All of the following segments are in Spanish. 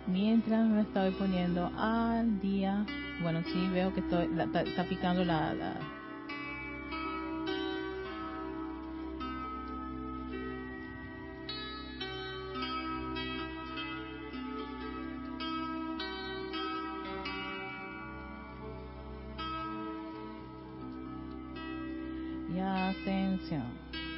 Mientras me estoy poniendo al día. Bueno, sí, veo que está picando la. Y ascensión.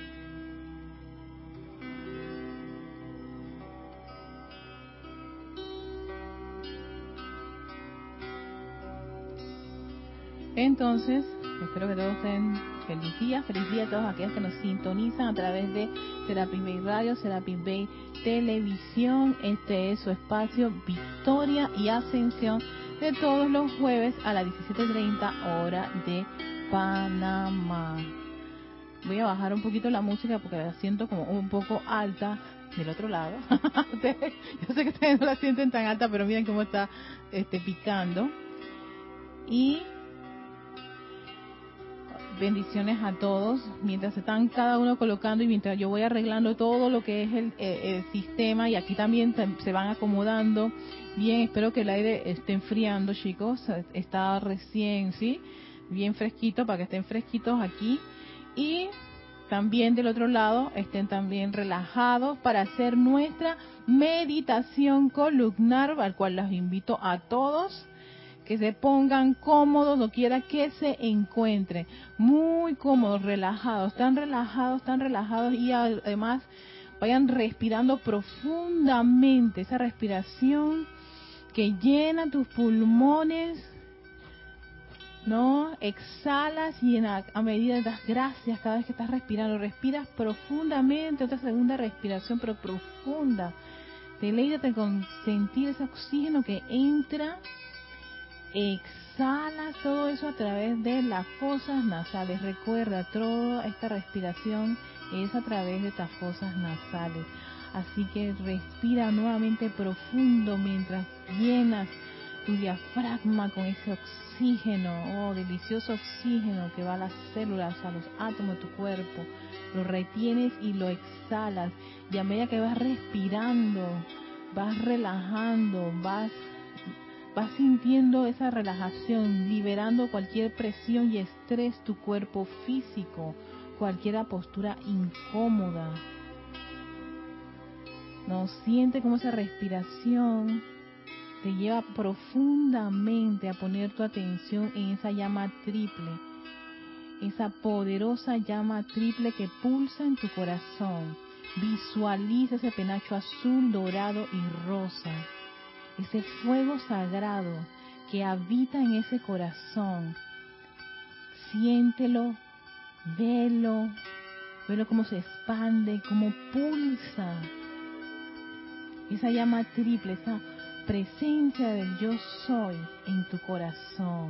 Entonces, espero que todos estén feliz día a todos aquellos que nos sintonizan a través de Serapis Bay Radio, Serapis Bay Televisión. Este es su espacio Victoria y Ascensión de todos los jueves a las 17:30 hora de Panamá. Voy a bajar un poquito la música porque la siento como un poco alta del otro lado. Yo sé que ustedes no la sienten tan alta, pero miren cómo está picando. Y bendiciones a todos, mientras están cada uno colocando y mientras yo voy arreglando todo lo que es el sistema, y aquí también se van acomodando. Bien, espero que el aire esté enfriando, chicos, está recién, ¿sí? Bien fresquito, para que estén fresquitos aquí. Y también del otro lado estén también relajados para hacer nuestra meditación columnar, al cual los invito a todos que se pongan cómodos, no quiera que se encuentren, muy cómodos, tan relajados, y además vayan respirando profundamente, esa respiración que llena tus pulmones, ¿no? Exhalas y a medida das gracias cada vez que estás respirando, respiras profundamente, otra segunda respiración, pero profunda. Deleítate con sentir ese oxígeno que entra. Exhalas todo eso a través de las fosas nasales. Recuerda, toda esta respiración es a través de estas fosas nasales. Así que respira nuevamente profundo mientras llenas tu diafragma con ese oxígeno, delicioso oxígeno que va a las células, a los átomos de tu cuerpo. Lo retienes y lo exhalas. Y a medida que vas respirando, vas relajando, vas sintiendo esa relajación, liberando cualquier presión y estrés tu cuerpo físico, cualquier postura incómoda. No, siente como esa respiración te lleva profundamente a poner tu atención en esa llama triple, esa poderosa llama triple que pulsa en tu corazón. Visualiza ese penacho azul, dorado y rosa. Ese fuego sagrado que habita en ese corazón. Siéntelo, velo cómo se expande, cómo pulsa. Esa llama triple, esa presencia del yo soy en tu corazón.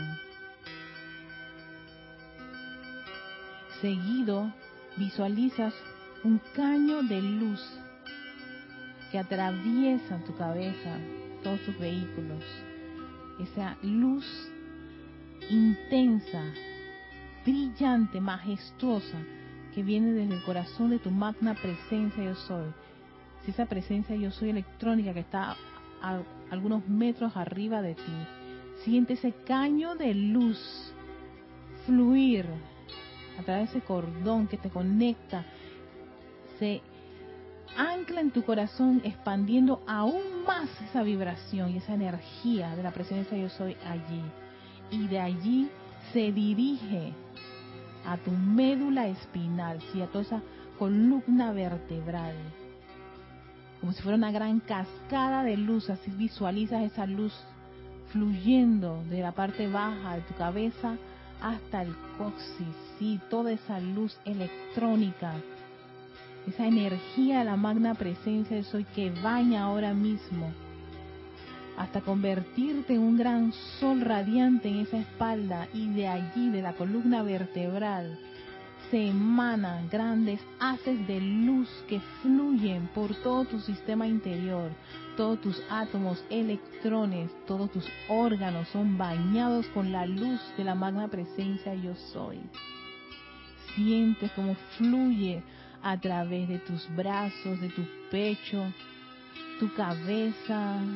Seguido, visualizas un caño de luz que atraviesa tu cabeza, todos tus vehículos. Esa luz intensa, brillante, majestuosa, que viene desde el corazón de tu magna presencia yo soy. Si esa presencia yo soy electrónica que está a algunos metros arriba de ti, siente ese caño de luz fluir a través de ese cordón que te conecta, se ancla en tu corazón, expandiendo aún más esa vibración y esa energía de la presencia yo soy allí. Y de allí se dirige a tu médula espinal, ¿sí? A toda esa columna vertebral, como si fuera una gran cascada de luz. Así visualizas esa luz fluyendo de la parte baja de tu cabeza hasta el coxis, ¿sí? Toda esa luz electrónica, esa energía de la magna presencia de soy que baña ahora mismo hasta convertirte en un gran sol radiante en esa espalda, y de allí, de la columna vertebral, se emanan grandes haces de luz que fluyen por todo tu sistema interior. Todos tus átomos, electrones, todos tus órganos son bañados con la luz de la magna presencia yo soy. Sientes cómo fluye a través de tus brazos, de tu pecho, tu cabeza,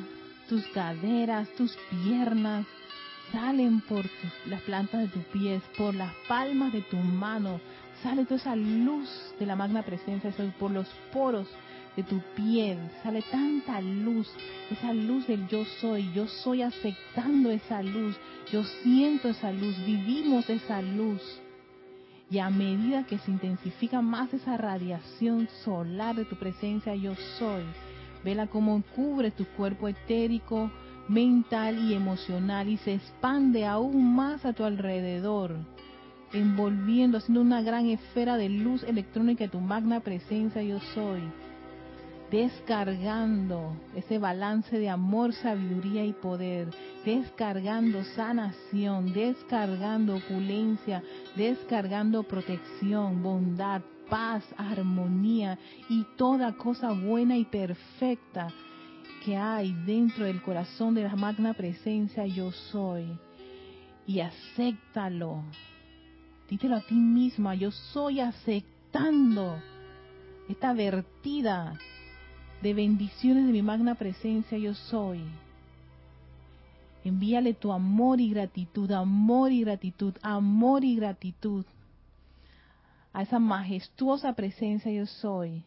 tus caderas, tus piernas, salen por las plantas de tus pies, por las palmas de tus manos, sale toda esa luz de la magna presencia, por los poros de tu piel, sale tanta luz, esa luz del yo soy aceptando esa luz, yo siento esa luz, vivimos esa luz. Y a medida que se intensifica más esa radiación solar de tu presencia yo soy, vela cómo cubre tu cuerpo etérico, mental y emocional y se expande aún más a tu alrededor, envolviendo, haciendo una gran esfera de luz electrónica de tu magna presencia yo soy, descargando ese balance de amor, sabiduría y poder, descargando sanación, descargando opulencia, descargando protección, bondad, paz, armonía y toda cosa buena y perfecta que hay dentro del corazón de la magna presencia yo soy. Y acéptalo. Dítelo a ti misma, yo soy aceptando esta vertida de bendiciones de mi magna presencia yo soy. Envíale tu amor y gratitud, amor y gratitud, amor y gratitud a esa majestuosa presencia yo soy.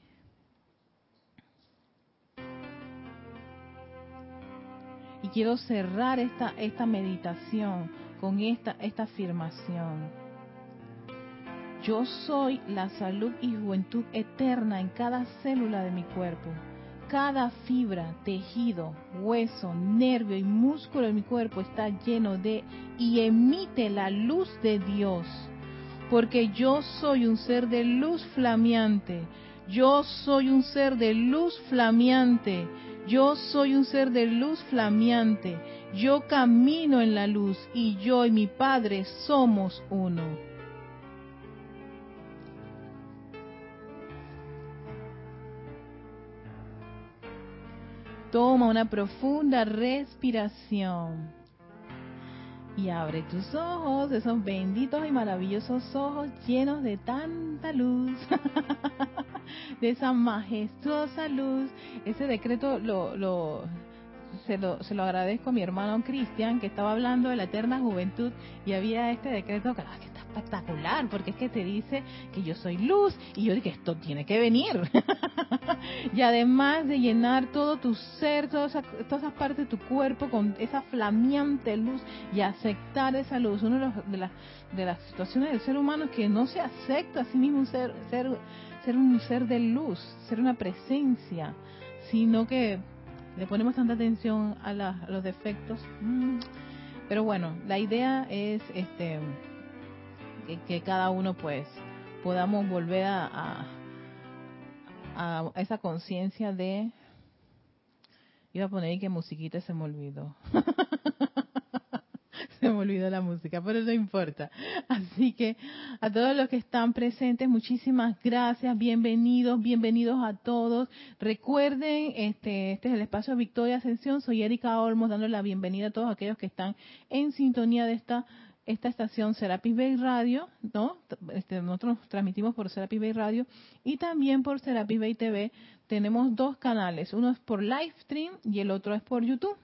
Y quiero cerrar esta meditación con esta afirmación. Yo soy la salud y juventud eterna en cada célula de mi cuerpo. Cada fibra, tejido, hueso, nervio y músculo de mi cuerpo está lleno de y emite la luz de Dios. Porque yo soy un ser de luz flameante. Yo soy un ser de luz flameante. Yo soy un ser de luz flameante. Yo camino en la luz y yo y mi Padre somos uno. Toma una profunda respiración y abre tus ojos, esos benditos y maravillosos ojos llenos de tanta luz, de esa majestuosa luz. Ese decreto se lo agradezco a mi hermano Cristian, que estaba hablando de la eterna juventud y había este decreto que está espectacular, porque es que te dice que yo soy luz y yo dije, esto tiene que venir. Y además de llenar todo tu ser, todas esas partes de tu cuerpo con esa flameante luz y aceptar esa luz. Una de las situaciones del ser humano es que no se acepta a sí mismo ser un ser de luz, ser una presencia, sino que le ponemos tanta atención a los defectos. Pero bueno, la idea es que cada uno pues podamos volver a esa conciencia de... Iba a poner ahí que musiquita, se me olvidó. Se me olvidó la música, pero no importa. Así que a todos los que están presentes, muchísimas gracias, bienvenidos a todos. Recuerden, este es el espacio Victoria Ascensión, soy Erika Olmos, dando la bienvenida a todos aquellos que están en sintonía de esta estación Serapis Bay Radio, ¿no? Nosotros transmitimos por Serapis Bay Radio y también por Serapis Bay TV. Tenemos dos canales, uno es por Livestream y el otro es por YouTube.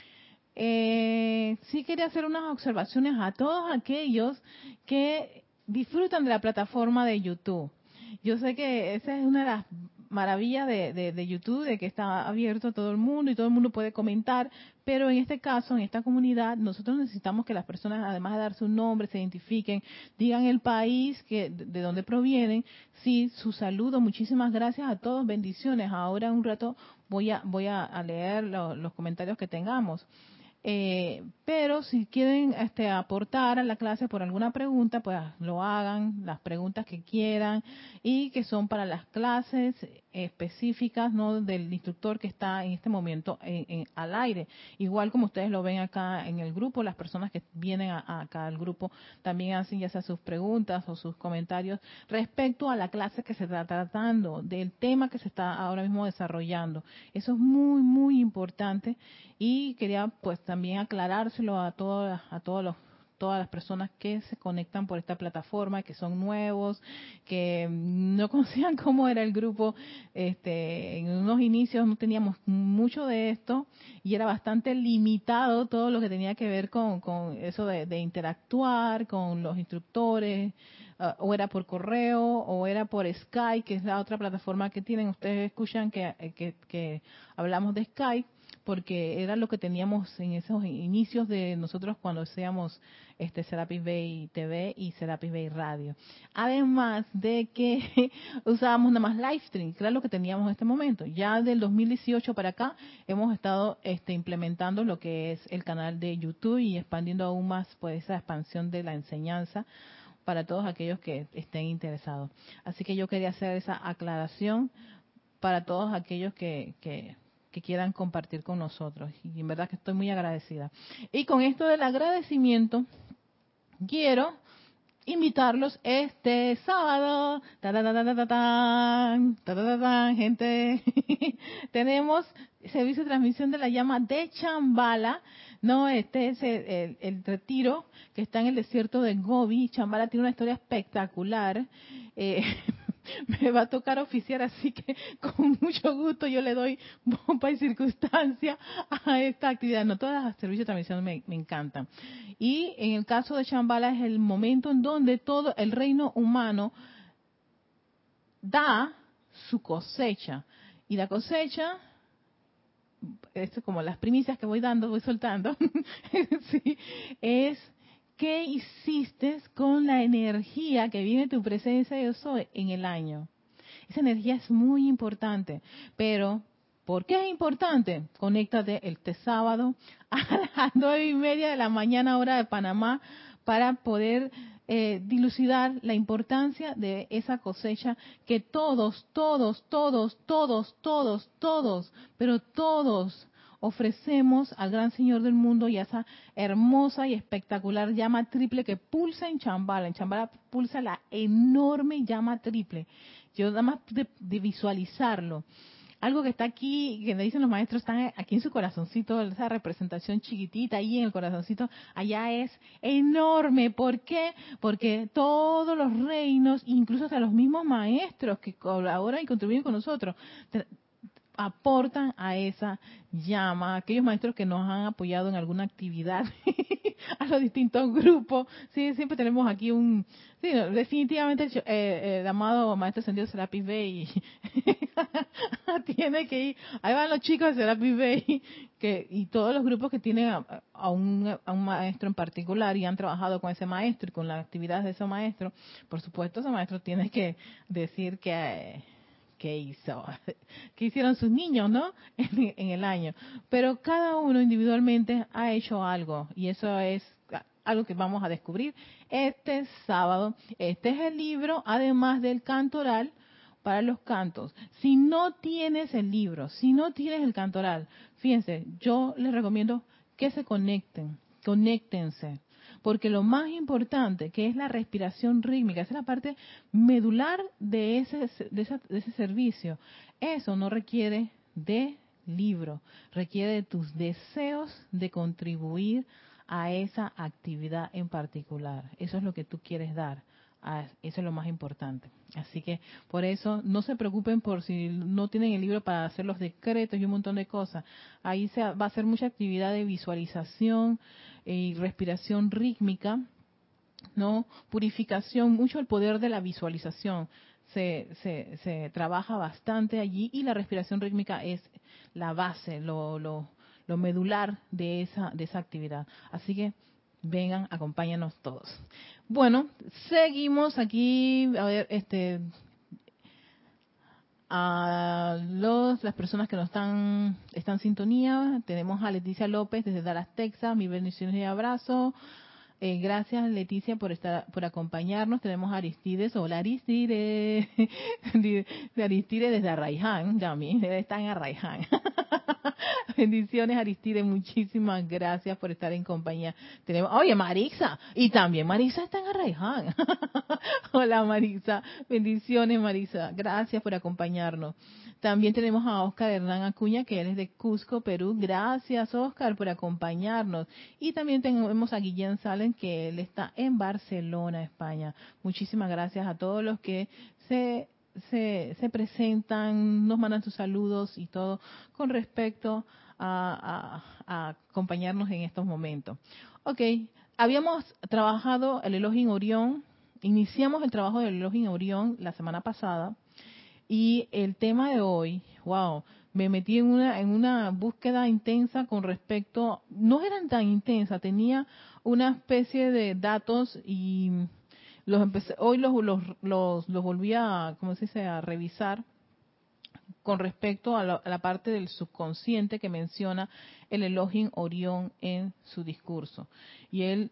Sí quería hacer unas observaciones a todos aquellos que disfrutan de la plataforma de YouTube. Yo sé que esa es una de las maravillas de YouTube, de que está abierto a todo el mundo y todo el mundo puede comentar, pero en este caso, en esta comunidad, nosotros necesitamos que las personas, además de dar su nombre, se identifiquen, digan el país de donde provienen, sí, su saludo. Muchísimas gracias a todos, bendiciones. Ahora un rato voy a leer los comentarios que tengamos. Pero si quieren aportar a la clase por alguna pregunta, pues lo hagan, las preguntas que quieran y que son para las clases específicas, ¿no?, del instructor que está en este momento al aire. Igual como ustedes lo ven acá en el grupo, las personas que vienen acá al grupo también hacen ya sea sus preguntas o sus comentarios respecto a la clase que se está tratando, del tema que se está ahora mismo desarrollando. Eso es muy, muy importante y quería pues también aclarárselo a todos todas las personas que se conectan por esta plataforma, que son nuevos, que no conocían cómo era el grupo. En unos inicios no teníamos mucho de esto y era bastante limitado todo lo que tenía que ver con eso de interactuar con los instructores, o era por correo o era por Skype, que es la otra plataforma que tienen. Ustedes escuchan que hablamos de Skype, porque era lo que teníamos en esos inicios de nosotros cuando hacíamos Serapis Bay TV y Serapis Bay Radio. Además de que usábamos nada más Livestream, que era lo que teníamos en este momento. Ya del 2018 para acá hemos estado implementando lo que es el canal de YouTube y expandiendo aún más pues esa expansión de la enseñanza para todos aquellos que estén interesados. Así que yo quería hacer esa aclaración para todos aquellos que quieran compartir con nosotros. Y en verdad que estoy muy agradecida. Y con esto del agradecimiento, quiero invitarlos este sábado. Gente, tenemos servicio de transmisión de la llama de Chambala. No, este es el retiro que está en el desierto de Gobi. Chambala tiene una historia espectacular. Me va a tocar oficiar, así que con mucho gusto yo le doy bomba y circunstancia a esta actividad. No, todas las servicios de transmisión me encantan. Y en el caso de Shambhala es el momento en donde todo el reino humano da su cosecha. Y la cosecha, esto es como las primicias que voy dando, voy soltando, sí, es ¿qué hiciste con la energía que viene de tu presencia yo soy en el año? Esa energía es muy importante, pero ¿por qué es importante? Conéctate este sábado a las 9:30 de la mañana hora de Panamá para poder dilucidar la importancia de esa cosecha que todos, pero todos ofrecemos al gran Señor del mundo y a esa hermosa y espectacular llama triple que pulsa en Chambala. En Chambala pulsa la enorme llama triple. Yo nada más de visualizarlo. Algo que está aquí, que me dicen los maestros, está aquí en su corazoncito, esa representación chiquitita ahí en el corazoncito, allá es enorme. ¿Por qué? Porque todos los reinos, incluso hasta los mismos maestros que colaboran y contribuyen con nosotros, aportan a esa llama, aquellos maestros que nos han apoyado en alguna actividad, a los distintos grupos. Sí, siempre tenemos aquí sí, definitivamente el amado maestro ascendido Serapis Bey tiene que ir. Ahí van los chicos de Serapis Bey y todos los grupos que tienen a un maestro en particular y han trabajado con ese maestro y con las actividades de ese maestro. Por supuesto, ese maestro tiene que decir que ¿qué hizo? ¿Qué hicieron sus niños, no? En el año. Pero cada uno individualmente ha hecho algo y eso es algo que vamos a descubrir este sábado. Este es el libro, además del canto oral para los cantos. Si no tienes el libro, si no tienes el canto oral, fíjense, yo les recomiendo que se conéctense. Porque lo más importante, que es la respiración rítmica, esa es la parte medular de ese servicio, eso no requiere de libro, requiere de tus deseos de contribuir a esa actividad en particular. Eso es lo que tú quieres dar. Eso es lo más importante. Así que por eso no se preocupen por si no tienen el libro para hacer los decretos y un montón de cosas. Ahí va a ser mucha actividad de visualización y respiración rítmica, ¿no? Purificación, mucho el poder de la visualización. Se trabaja bastante allí y la respiración rítmica es la base, lo medular de esa actividad. Así que vengan, acompáñanos todos. Bueno, seguimos aquí, a ver, las personas que nos están en sintonía. Tenemos a Leticia López desde Dallas, Texas. Mis bendiciones y abrazos. Gracias, Leticia, por acompañarnos. Tenemos a Aristides. Hola, Aristides. De Aristides desde Arraiján. También está en Arraiján. Bendiciones, Aristides. Muchísimas gracias por estar en compañía. Tenemos, oye, Marisa. Y también Marisa está en Arraiján. Hola, Marisa. Bendiciones, Marisa. Gracias por acompañarnos. También tenemos a Oscar Hernán Acuña, que él es de Cusco, Perú. Gracias, Oscar, por acompañarnos. Y también tenemos a Guillén Salen, que él está en Barcelona, España. Muchísimas gracias a todos los que se presentan, nos mandan sus saludos y todo con respecto a acompañarnos en estos momentos. Ok, habíamos trabajado el Elohim Orión, iniciamos el trabajo del Elohim Orión la semana pasada. Y el tema de hoy, wow, me metí en una búsqueda intensa con respecto, no eran tan intensas, tenía una especie de datos y hoy los volví a, ¿cómo se dice?, a revisar con respecto a la parte del subconsciente que menciona el Elohim Orión en su discurso. Y él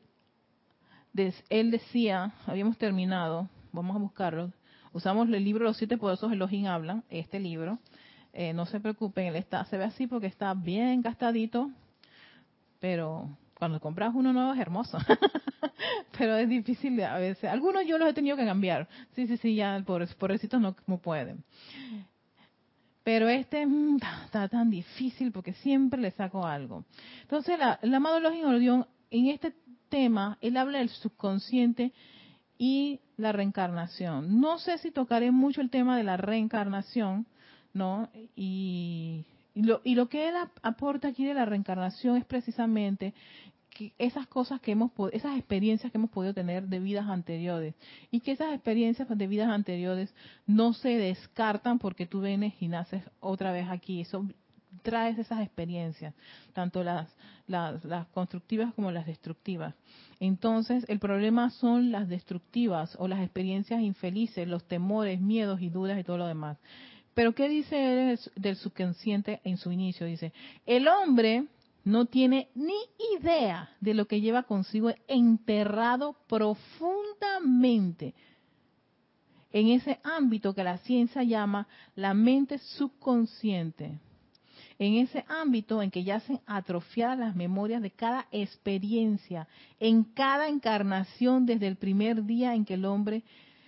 decía, habíamos terminado, vamos a buscarlo. Usamos el libro Los Siete Poderosos Elohim Hablan, este libro. No se preocupen, se ve así porque está bien gastadito, pero cuando compras uno nuevo es hermoso. Pero es difícil a veces. Algunos yo los he tenido que cambiar. Sí, ya pobrecitos no pueden. Pero está tan difícil porque siempre le saco algo. Entonces, el amado Elohim Orión, en este tema, él habla del subconsciente y la reencarnación. No sé si tocaré mucho el tema de la reencarnación, ¿no? Y lo que él aporta aquí de la reencarnación es precisamente que esas cosas esas experiencias que hemos podido tener de vidas anteriores, y que esas experiencias de vidas anteriores no se descartan porque tú vienes y naces otra vez aquí. Eso traes esas experiencias, tanto las constructivas como las destructivas. Entonces, el problema son las destructivas o las experiencias infelices, los temores, miedos y dudas y todo lo demás. Pero ¿qué dice él del subconsciente en su inicio? Dice, el hombre no tiene ni idea de lo que lleva consigo enterrado profundamente en ese ámbito que la ciencia llama la mente subconsciente. En ese ámbito en que yacen atrofiadas las memorias de cada experiencia, en cada encarnación desde el primer día en que el hombre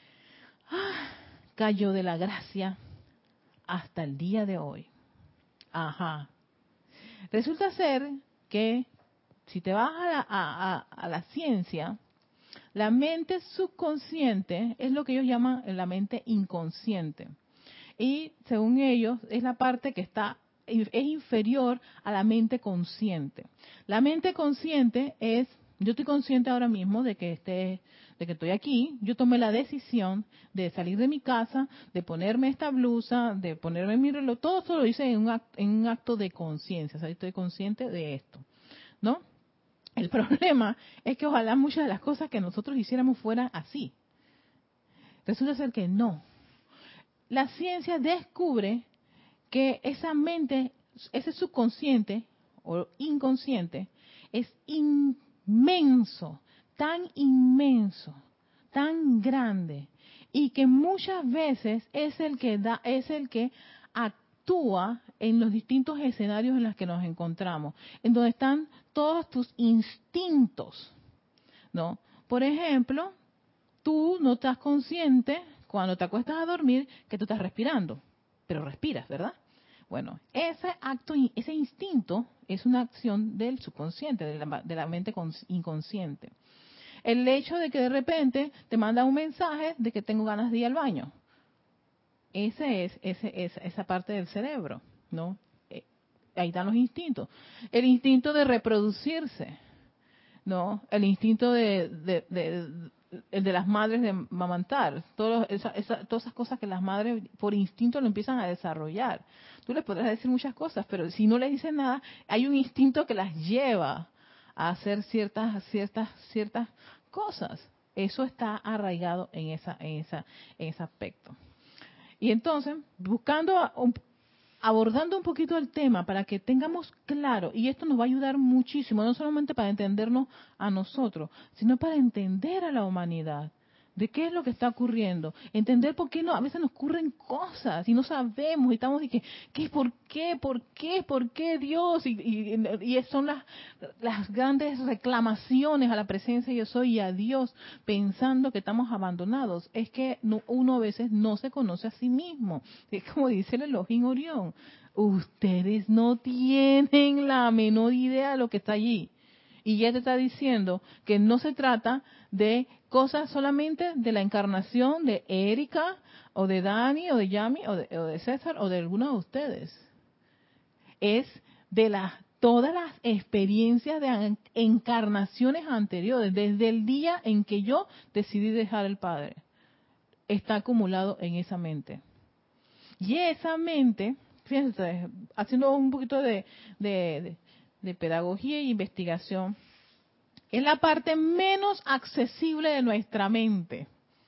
cayó de la gracia hasta el día de hoy. Ajá. Resulta ser que si te vas a la ciencia, la mente subconsciente es lo que ellos llaman la mente inconsciente. Y según ellos, es la parte que es inferior a la mente consciente. La mente consciente es, yo estoy consciente ahora mismo de que estoy aquí, yo tomé la decisión de salir de mi casa, de ponerme esta blusa, de ponerme mi reloj, todo eso lo hice en un acto de conciencia, o sea, estoy consciente de esto, ¿no? El problema es que ojalá muchas de las cosas que nosotros hiciéramos fueran así. Resulta ser que no. La ciencia descubre que esa mente, ese subconsciente o inconsciente, es inmenso, tan grande, y que muchas veces es el que actúa en los distintos escenarios en los que nos encontramos, en donde están todos tus instintos, ¿no? Por ejemplo, tú no estás consciente cuando te acuestas a dormir que tú estás respirando, pero respiras, ¿verdad? Bueno, ese acto, ese instinto es una acción del subconsciente, de la mente inconsciente. El hecho de que de repente te manda un mensaje de que tengo ganas de ir al baño, esa parte del cerebro, ¿no? Ahí están los instintos. El instinto de reproducirse, ¿no? El instinto el de las madres de mamantar, todas esas cosas que las madres por instinto lo empiezan a desarrollar. Tú les podrás decir muchas cosas, pero si no les dices nada, hay un instinto que las lleva a hacer ciertas cosas. Eso está arraigado en ese aspecto. Y entonces, abordando un poquito el tema para que tengamos claro, y esto nos va a ayudar muchísimo, no solamente para entendernos a nosotros, sino para entender a la humanidad, de qué es lo que está ocurriendo, entender por qué no, a veces nos ocurren cosas y no sabemos y estamos de que, por qué Dios? Y son las grandes reclamaciones a la presencia yo soy y a Dios, pensando que estamos abandonados. Es que uno a veces no se conoce a sí mismo. Es como dice el Elohim Orión, ustedes no tienen la menor idea de lo que está allí. Y ya te está diciendo que no se trata de cosas solamente de la encarnación de Erika, o de Dani, o de Yami, o de César, o de alguno de ustedes. Es de todas las experiencias de encarnaciones anteriores, desde el día en que yo decidí dejar el Padre. Está acumulado en esa mente. Y esa mente, fíjense, haciendo un poquito de pedagogía e investigación, es la parte menos accesible de nuestra mente.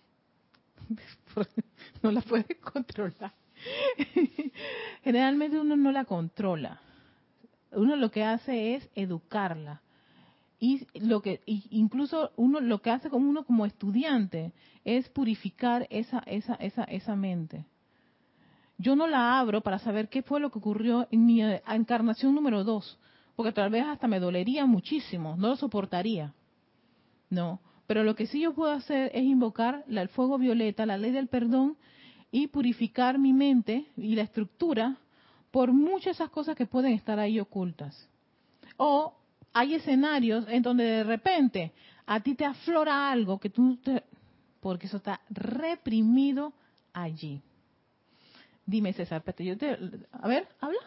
No la puedes controlar. Generalmente uno no la controla. Uno lo que hace es educarla. Y incluso uno lo que hace como uno como estudiante es purificar esa mente. Yo no la abro para saber qué fue lo que ocurrió en mi encarnación número 2, porque tal vez hasta me dolería muchísimo, no lo soportaría. No, pero lo que sí yo puedo hacer es invocar el fuego violeta, la ley del perdón, y purificar mi mente y la estructura por muchas de esas cosas que pueden estar ahí ocultas. O hay escenarios en donde de repente a ti te aflora algo que porque eso está reprimido allí. Dime, César, a ver, habla.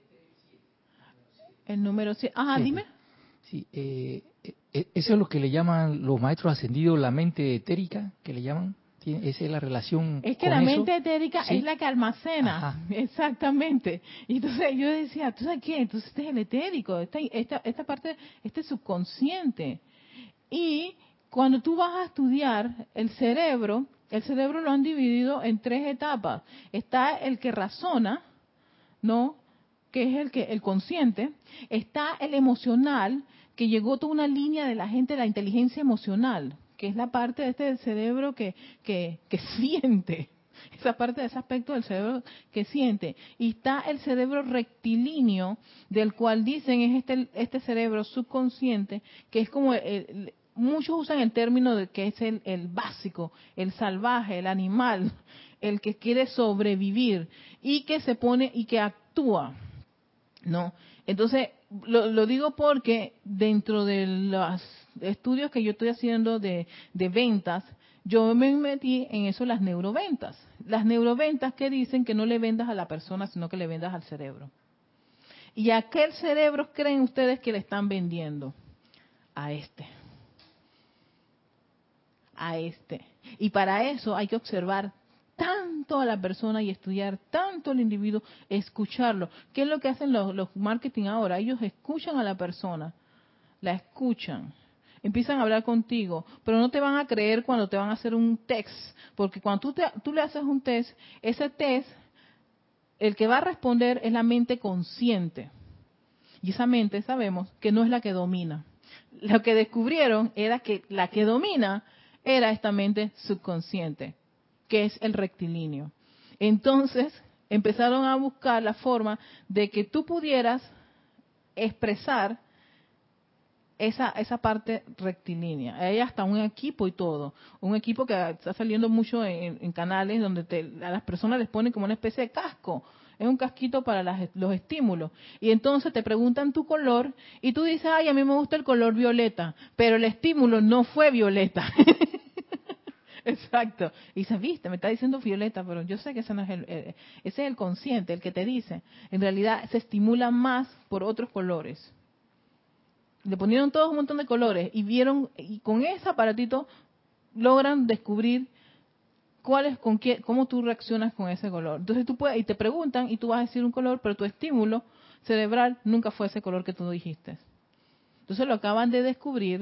El número 7. Ajá, dime. Sí, eso es lo que le llaman los maestros ascendidos la mente etérica, que le llaman. Esa es la relación. Es que con la eso. mente etérica ¿Sí? es la que almacena. Ajá. Exactamente. Y entonces yo decía, ¿tú sabes qué? Entonces este es el etérico, esta parte, este subconsciente. Y cuando tú vas a estudiar el cerebro lo han dividido en 3 etapas. Está el que razona, ¿no? Que es el consciente. Está el emocional, que llegó toda una línea de la gente de la inteligencia emocional, que es la parte de del cerebro que siente. Esa parte de ese aspecto del cerebro que siente. Y está el cerebro rectilíneo, del cual dicen es este cerebro subconsciente, que es como muchos usan el término de que es el básico, el salvaje, el animal, el que quiere sobrevivir y que se pone y que actúa, ¿no? Entonces, lo digo porque dentro de los estudios que yo estoy haciendo de ventas, yo me metí en eso, las neuroventas. Las neuroventas que dicen que no le vendas a la persona, sino que le vendas al cerebro. ¿Y a qué cerebro creen ustedes que le están vendiendo? A este. Y para eso hay que observar tanto a la persona y estudiar tanto al individuo, escucharlo. ¿Qué es lo que hacen los marketing ahora? Ellos escuchan a la persona, la escuchan, empiezan a hablar contigo, pero no te van a creer cuando te van a hacer un test, porque cuando tú le haces un test, ese test, el que va a responder es la mente consciente. Y esa mente sabemos que no es la que domina. Lo que descubrieron era que la que domina era esta mente subconsciente, que es el rectilíneo. Entonces empezaron a buscar la forma de que tú pudieras expresar esa parte rectilínea. Hay hasta un equipo y todo. Un equipo que está saliendo mucho en canales donde a las personas les ponen como una especie de casco. Es un casquito para los estímulos. Y entonces te preguntan tu color y tú dices, ay, a mí me gusta el color violeta, pero el estímulo no fue violeta. Exacto. Y dices, viste, me está diciendo violeta, pero yo sé que ese no es ese es el consciente, el que te dice. En realidad se estimula más por otros colores. Le ponieron todos un montón de colores y vieron, y con ese aparatito logran descubrir cómo tú reaccionas con ese color. Entonces tú puedes, y te preguntan, y tú vas a decir un color, pero tu estímulo cerebral nunca fue ese color que tú dijiste. Entonces lo acaban de descubrir,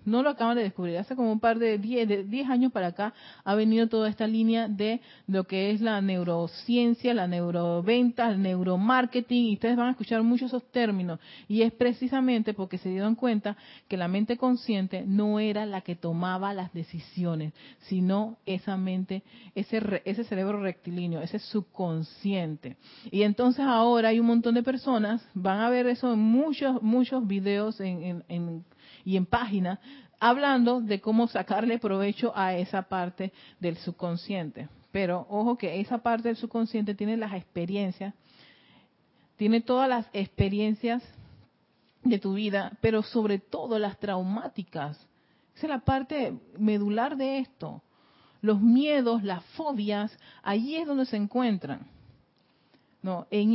no lo acaban de descubrir. Hace como un par de 10 años para acá ha venido toda esta línea de lo que es la neurociencia, la neuroventa, el neuromarketing, y ustedes van a escuchar muchos esos términos. Y es precisamente porque se dieron cuenta que la mente consciente no era la que tomaba las decisiones, sino esa mente, ese cerebro rectilíneo, ese subconsciente. Y entonces ahora hay un montón de personas, van a ver eso en muchos videos y en páginas, hablando de cómo sacarle provecho a esa parte del subconsciente. Pero ojo que esa parte del subconsciente tiene las experiencias, tiene todas las experiencias de tu vida, pero sobre todo las traumáticas. Esa es la parte medular de esto. Los miedos, las fobias, allí es donde se encuentran. No, en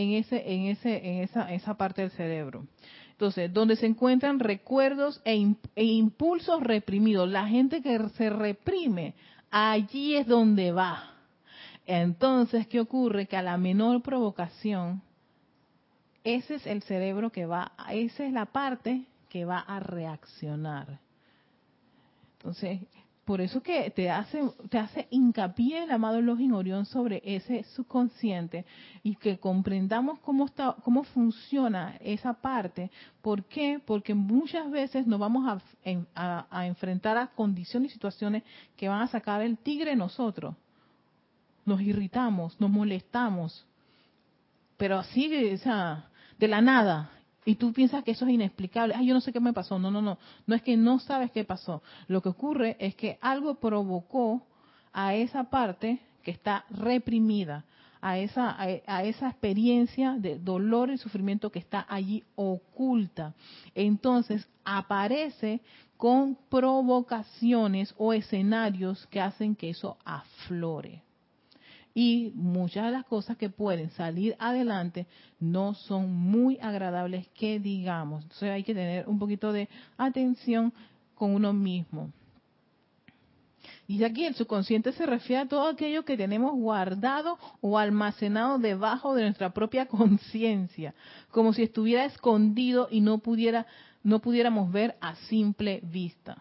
esa parte del cerebro. Entonces, donde se encuentran recuerdos e impulsos reprimidos. La gente que se reprime, allí es donde va. Entonces, ¿qué ocurre? Que a la menor provocación, ese es el cerebro que va, esa es la parte que va a reaccionar. Entonces, por eso que te hace hincapié el amado Elohim Orión sobre ese subconsciente y que comprendamos cómo funciona esa parte. ¿Por qué? Porque muchas veces nos vamos a enfrentar a condiciones y situaciones que van a sacar el tigre en nosotros. Nos irritamos, nos molestamos, pero así, o sea, de la nada. Y tú piensas que eso es inexplicable. Ay, yo no sé qué me pasó. No. No es que no sabes qué pasó. Lo que ocurre es que algo provocó a esa parte que está reprimida, a esa experiencia de dolor y sufrimiento que está allí oculta. Entonces aparece con provocaciones o escenarios que hacen que eso aflore. Y muchas de las cosas que pueden salir adelante no son muy agradables que digamos. Entonces hay que tener un poquito de atención con uno mismo. Y aquí el subconsciente se refiere a todo aquello que tenemos guardado o almacenado debajo de nuestra propia conciencia, como si estuviera escondido y no pudiéramos ver a simple vista.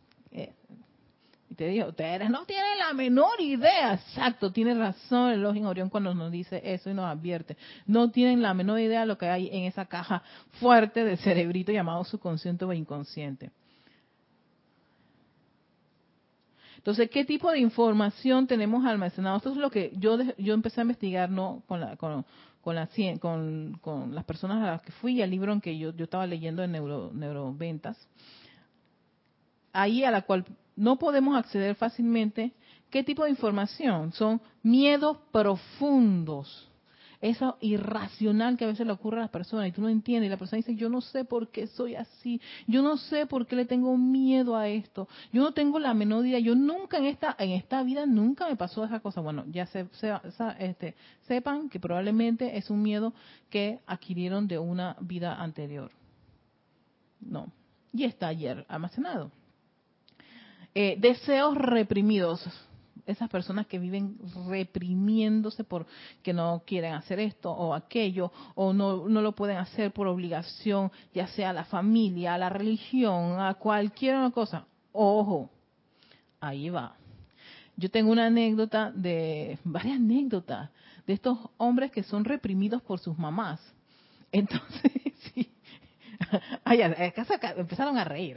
Y te digo, ustedes no tienen la menor idea. Exacto, tiene razón el Elohim Orión cuando nos dice eso y nos advierte. No tienen la menor idea de lo que hay en esa caja fuerte del cerebrito llamado subconsciente o inconsciente. Entonces, ¿qué tipo de información tenemos almacenado? Esto es lo que yo empecé a investigar, ¿no? con las personas a las que fui, y el libro en que yo estaba leyendo de neuroventas. Ahí a la cual no podemos acceder fácilmente. ¿Qué tipo de información? Son miedos profundos. Eso irracional que a veces le ocurre a las personas y tú no entiendes. Y la persona dice, yo no sé por qué soy así. Yo no sé por qué le tengo miedo a esto. Yo no tengo la menor idea. Yo nunca en esta vida nunca me pasó esa cosa. Bueno, ya sepan que probablemente es un miedo que adquirieron de una vida anterior. No. Y está ayer almacenado. Deseos reprimidos, esas personas que viven reprimiéndose porque no quieren hacer esto o aquello, o no lo pueden hacer por obligación, ya sea a la familia, a la religión, a cualquier una cosa. Ojo, ahí va. Yo tengo varias anécdotas de estos hombres que son reprimidos por sus mamás. Entonces, sí. Ay, empezaron a reír.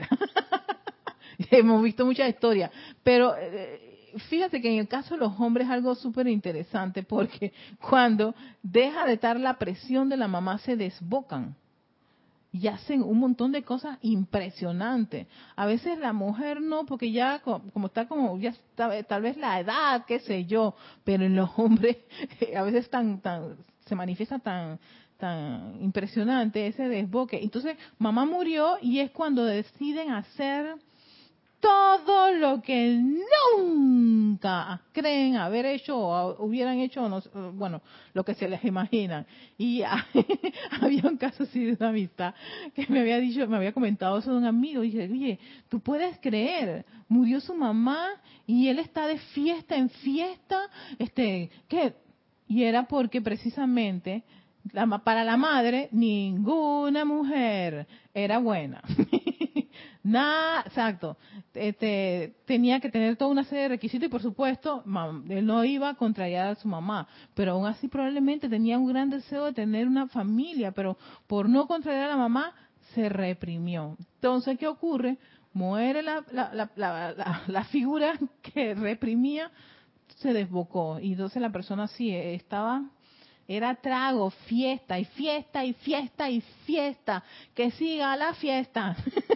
Hemos visto muchas historias, pero fíjate que en el caso de los hombres es algo súper interesante, porque cuando deja de estar la presión de la mamá se desbocan y hacen un montón de cosas impresionantes. A veces la mujer no, porque ya como está ya está, tal vez la edad, qué sé yo, pero en los hombres a veces se manifiesta tan impresionante ese desboque. Entonces mamá murió y es cuando deciden hacer todo lo que nunca creen haber hecho o hubieran hecho, bueno, lo que se les imaginan. Y había un caso así de una amistad que me había comentado eso de un amigo. Y dije, oye, tú puedes creer, murió su mamá y él está de fiesta en fiesta, ¿qué? Y era porque precisamente para la madre ninguna mujer era buena. Nada, exacto. Tenía que tener toda una serie de requisitos y por supuesto él no iba a contrariar a su mamá, pero aún así probablemente tenía un gran deseo de tener una familia, pero por no contrariar a la mamá se reprimió. Entonces, ¿qué ocurre? Muere la figura que reprimía, se desbocó y entonces la persona sí era trago, fiesta y fiesta y fiesta y fiesta, que siga la fiesta.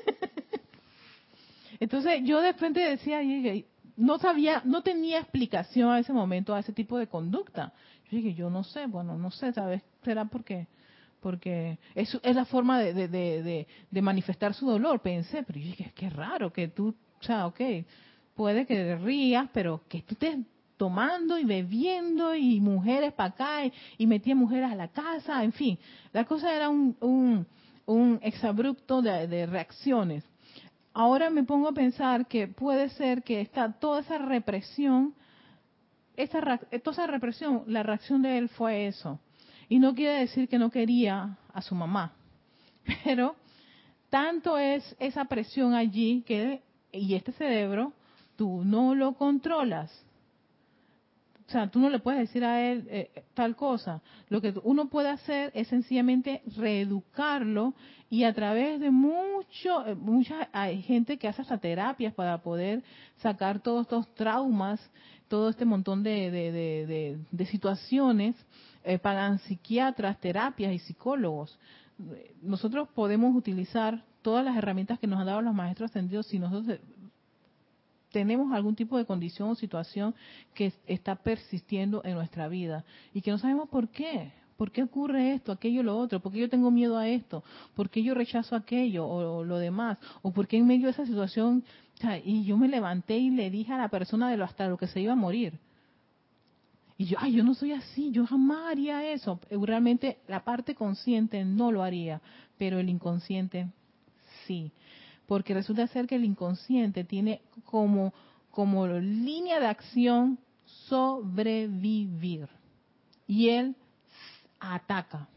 Entonces yo de frente decía, no sabía, no tenía explicación a ese momento a ese tipo de conducta. Yo dije, yo no sé, bueno, no sé, ¿sabes? ¿Será porque es la forma de manifestar su dolor? Pensé, pero yo dije, qué raro que tú, o sea, ok, puede que te rías, pero que tú estés tomando y bebiendo y mujeres para acá y metía mujeres a la casa, en fin, la cosa era un exabrupto de reacciones. Ahora me pongo a pensar que puede ser que toda esa represión, toda esa represión, la reacción de él fue eso. Y no quiere decir que no quería a su mamá, pero tanto es esa presión allí y este cerebro, tú no lo controlas. O sea, tú no le puedes decir a él tal cosa. Lo que uno puede hacer es sencillamente reeducarlo y a través de hay gente que hace hasta terapias para poder sacar todos estos traumas, todo este montón de situaciones, pagan psiquiatras, terapias y psicólogos. Nosotros podemos utilizar todas las herramientas que nos han dado los maestros ascendidos si nosotros tenemos algún tipo de condición o situación que está persistiendo en nuestra vida y que no sabemos por qué. ¿Por qué ocurre esto, aquello, lo otro? ¿Por qué yo tengo miedo a esto? ¿Por qué yo rechazo aquello o lo demás? ¿O por qué en medio de esa situación, o sea, y yo me levanté y le dije a la persona hasta lo que se iba a morir? Y yo no soy así, yo jamás haría eso. Realmente la parte consciente no lo haría, pero el inconsciente sí. Porque resulta ser que el inconsciente tiene como línea de acción sobrevivir. Y él ataca.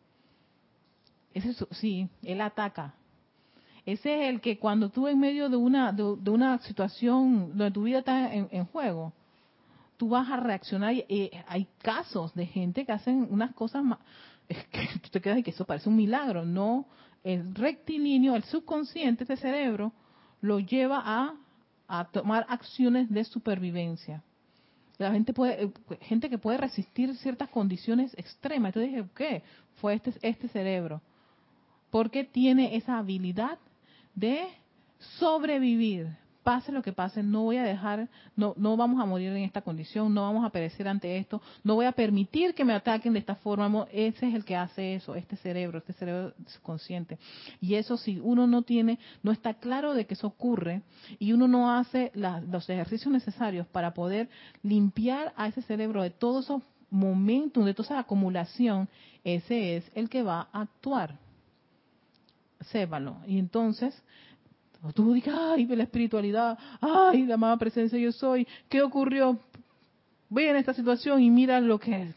Sí, él ataca. Ese es el que cuando tú en medio de una situación donde tu vida está en juego, tú vas a reaccionar. Hay casos de gente que hacen unas cosas es que tú te quedas y que eso parece un milagro. No, el rectilíneo, el subconsciente, este cerebro, lo lleva a tomar acciones de supervivencia. La gente que puede resistir ciertas condiciones extremas. Entonces dije, ¿qué? Fue este cerebro. Porque tiene esa habilidad de sobrevivir. Pase lo que pase, no voy a dejar, no vamos a morir en esta condición, no vamos a perecer ante esto, no voy a permitir que me ataquen de esta forma. Ese es el que hace eso, este cerebro subconsciente. Y eso, si uno no está claro de que eso ocurre y uno no hace los ejercicios necesarios para poder limpiar a ese cerebro de todos esos momentos, de toda esa acumulación, ese es el que va a actuar. Sépalo. Y entonces tú dices, ay, la espiritualidad, ay, la amada presencia yo soy, ¿qué ocurrió? Ve en esta situación y mira lo que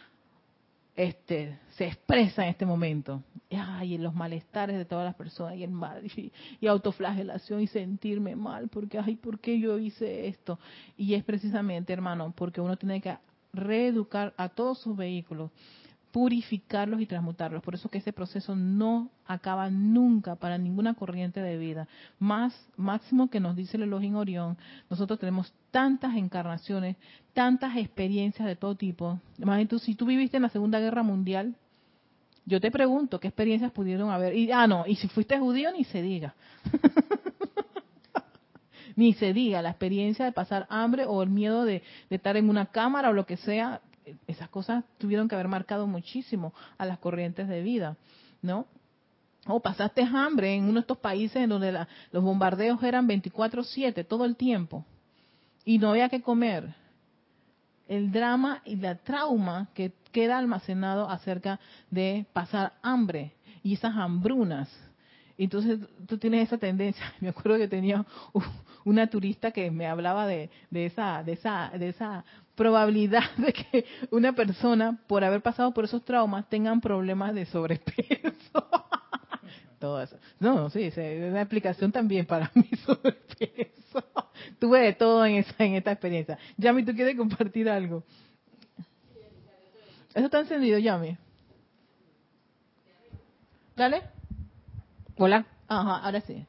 se expresa en este momento. Ay, los malestares de todas las personas y el mal y autoflagelación y sentirme mal porque, ay, ¿por qué yo hice esto? Y es precisamente, hermano, porque uno tiene que reeducar a todos sus vehículos, purificarlos y transmutarlos. Por eso que ese proceso no acaba nunca para ninguna corriente de vida. Máximo que nos dice el Elohim Orión, nosotros tenemos tantas encarnaciones, tantas experiencias de todo tipo. Imagínate, si tú viviste en la Segunda Guerra Mundial, yo te pregunto, ¿qué experiencias pudieron haber? Y si fuiste judío, ni se diga. Ni se diga, la experiencia de pasar hambre o el miedo de estar en una cámara o lo que sea, esas cosas tuvieron que haber marcado muchísimo a las corrientes de vida, ¿no? O pasaste hambre en uno de estos países en donde los bombardeos eran 24/7 todo el tiempo y no había que comer. El drama y la trauma que queda almacenado acerca de pasar hambre y esas hambrunas. Entonces tú tienes esa tendencia. Me acuerdo que tenía una turista que me hablaba de esa probabilidad de que una persona, por haber pasado por esos traumas, tengan problemas de sobrepeso. todo eso. No, sí, es una explicación también para mí sobre eso. Tuve de todo en esta experiencia. Yami, ¿tú quieres compartir algo? ¿Eso está encendido, Yami? Dale. Hola. Ajá, ahora sí.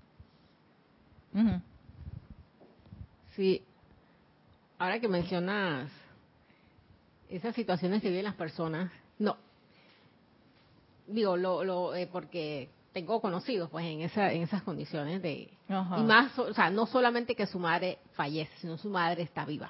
Ujú. Sí, ahora que mencionas esas situaciones que viven las personas, no, digo, porque tengo conocidos pues en esas condiciones de, Ajá. y más, o sea, no solamente que su madre fallece, sino su madre está viva.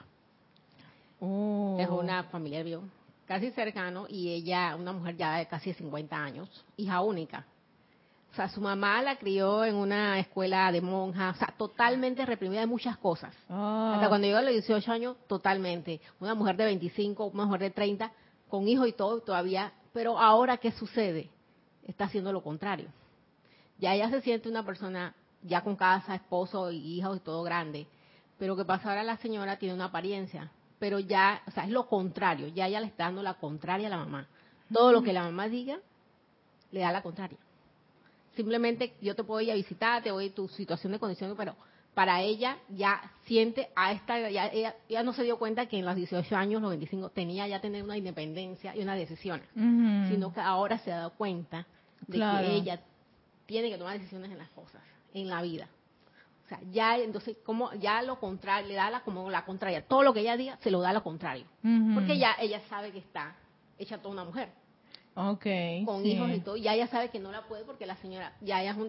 Oh. Es una familiar viva, casi cercano, y ella, una mujer ya de casi 50 años, hija única. O sea, su mamá la crió en una escuela de monjas, o sea, totalmente reprimida de muchas cosas. Hasta cuando llegó a los 18 años, totalmente. Una mujer de 25, una mujer de 30, con hijos y todo, todavía. Pero ahora, ¿qué sucede? Está haciendo lo contrario. Ya ella se siente una persona ya con casa, esposo y hijos y todo grande. Pero ¿qué pasa ahora? La señora tiene una apariencia, pero ya, o sea, es lo contrario. Ya ella le está dando la contraria a la mamá. Todo lo que la mamá diga, le da la contraria. Simplemente yo te puedo ir a visitar, te voy a tu situación de condición, pero para ella ya siente a esta, ella no se dio cuenta que en los 18 años, los 25, tenía ya tener una independencia y una decisión, sino que ahora se ha dado cuenta de que ella tiene que tomar decisiones en las cosas, en la vida. O sea, ya entonces como ya lo contrario, le da como la contraria, todo lo que ella diga se lo da lo contrario, porque ya ella sabe que está hecha toda una mujer. Okay, con sí. hijos y todo, ya ella sabe que no la puede porque la señora ya es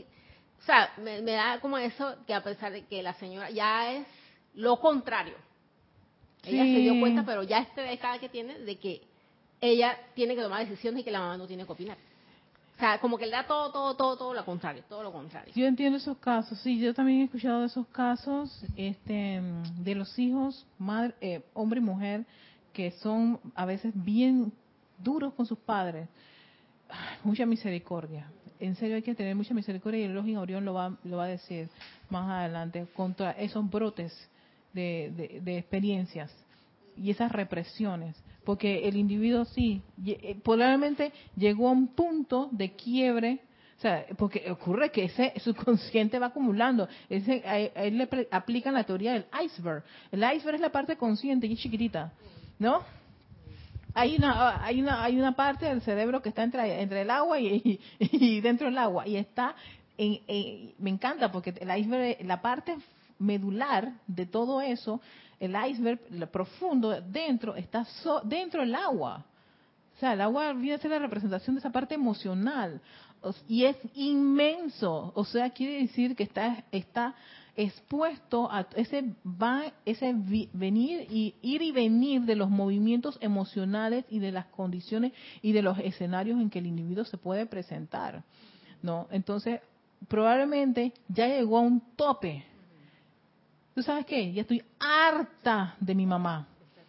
o sea, me da como eso que a pesar de que la señora ya es lo contrario. Sí. Ella se dio cuenta, pero ya cada que tiene de que ella tiene que tomar decisiones y que la mamá no tiene que opinar. O sea, como que le da todo lo contrario, todo lo contrario. Yo entiendo esos casos, sí, yo también he escuchado de esos casos, de los hijos, madre, hombre y mujer, que son a veces bien duros con sus padres. Ay, mucha misericordia. En serio hay que tener mucha misericordia y el Elohim Orión lo va a decir más adelante contra esos brotes de experiencias y esas represiones. Porque el individuo sí, probablemente llegó a un punto de quiebre. O sea, porque ocurre que ese subconsciente va acumulando. A él le aplican la teoría del iceberg. El iceberg es la parte consciente y es chiquitita, ¿no? Hay una parte del cerebro que está entre el agua y dentro del agua. Y está, me encanta porque el iceberg, la parte medular de todo eso, el iceberg lo profundo dentro, está dentro del agua. O sea, el agua viene a ser la representación de esa parte emocional. Y es inmenso. O sea, quiere decir que está expuesto a ese venir y ir y venir de los movimientos emocionales y de las condiciones y de los escenarios en que el individuo se puede presentar, ¿no? Entonces, probablemente ya llegó a un tope. ¿Tú sabes qué? Ya estoy harta de mi mamá.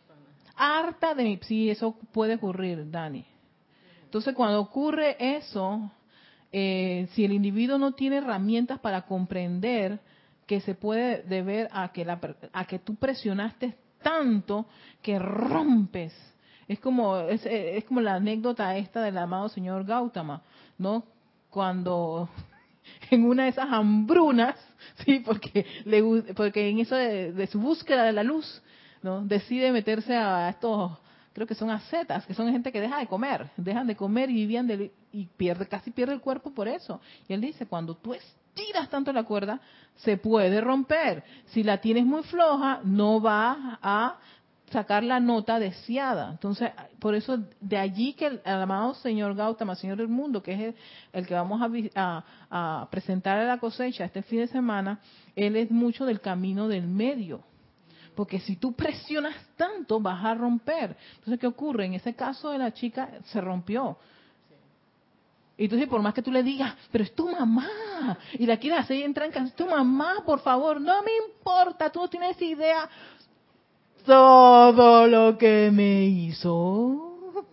Harta de mi... Sí, eso puede ocurrir, Dani. Entonces, cuando ocurre eso, si el individuo no tiene herramientas para comprender que se puede deber a que tú presionaste tanto que rompes. Es como la anécdota esta del amado señor Gautama, ¿no? Cuando en una de esas hambrunas, sí, porque en eso de su búsqueda de la luz, ¿no? Decide meterse a estos, creo que son ascetas, que son gente que dejan de comer y vivían y casi pierde el cuerpo por eso. Y él dice, cuando tú estiras tanto la cuerda, se puede romper. Si la tienes muy floja, no va a sacar la nota deseada. Entonces, por eso, de allí que el amado señor Gautama, señor del mundo, que es el que vamos a presentar a la cosecha este fin de semana, él es mucho del camino del medio. Porque si tú presionas tanto, vas a romper. Entonces, ¿qué ocurre? En ese caso de la chica, se rompió. Y entonces, por más que tú le digas, pero es tu mamá, y la quieres hacer entrar en casa, es tu mamá, por favor, no me importa, tú no tienes idea todo lo que me hizo.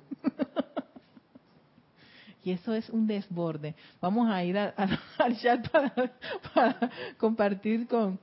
Y eso es un desborde. Vamos a ir al chat para compartir con...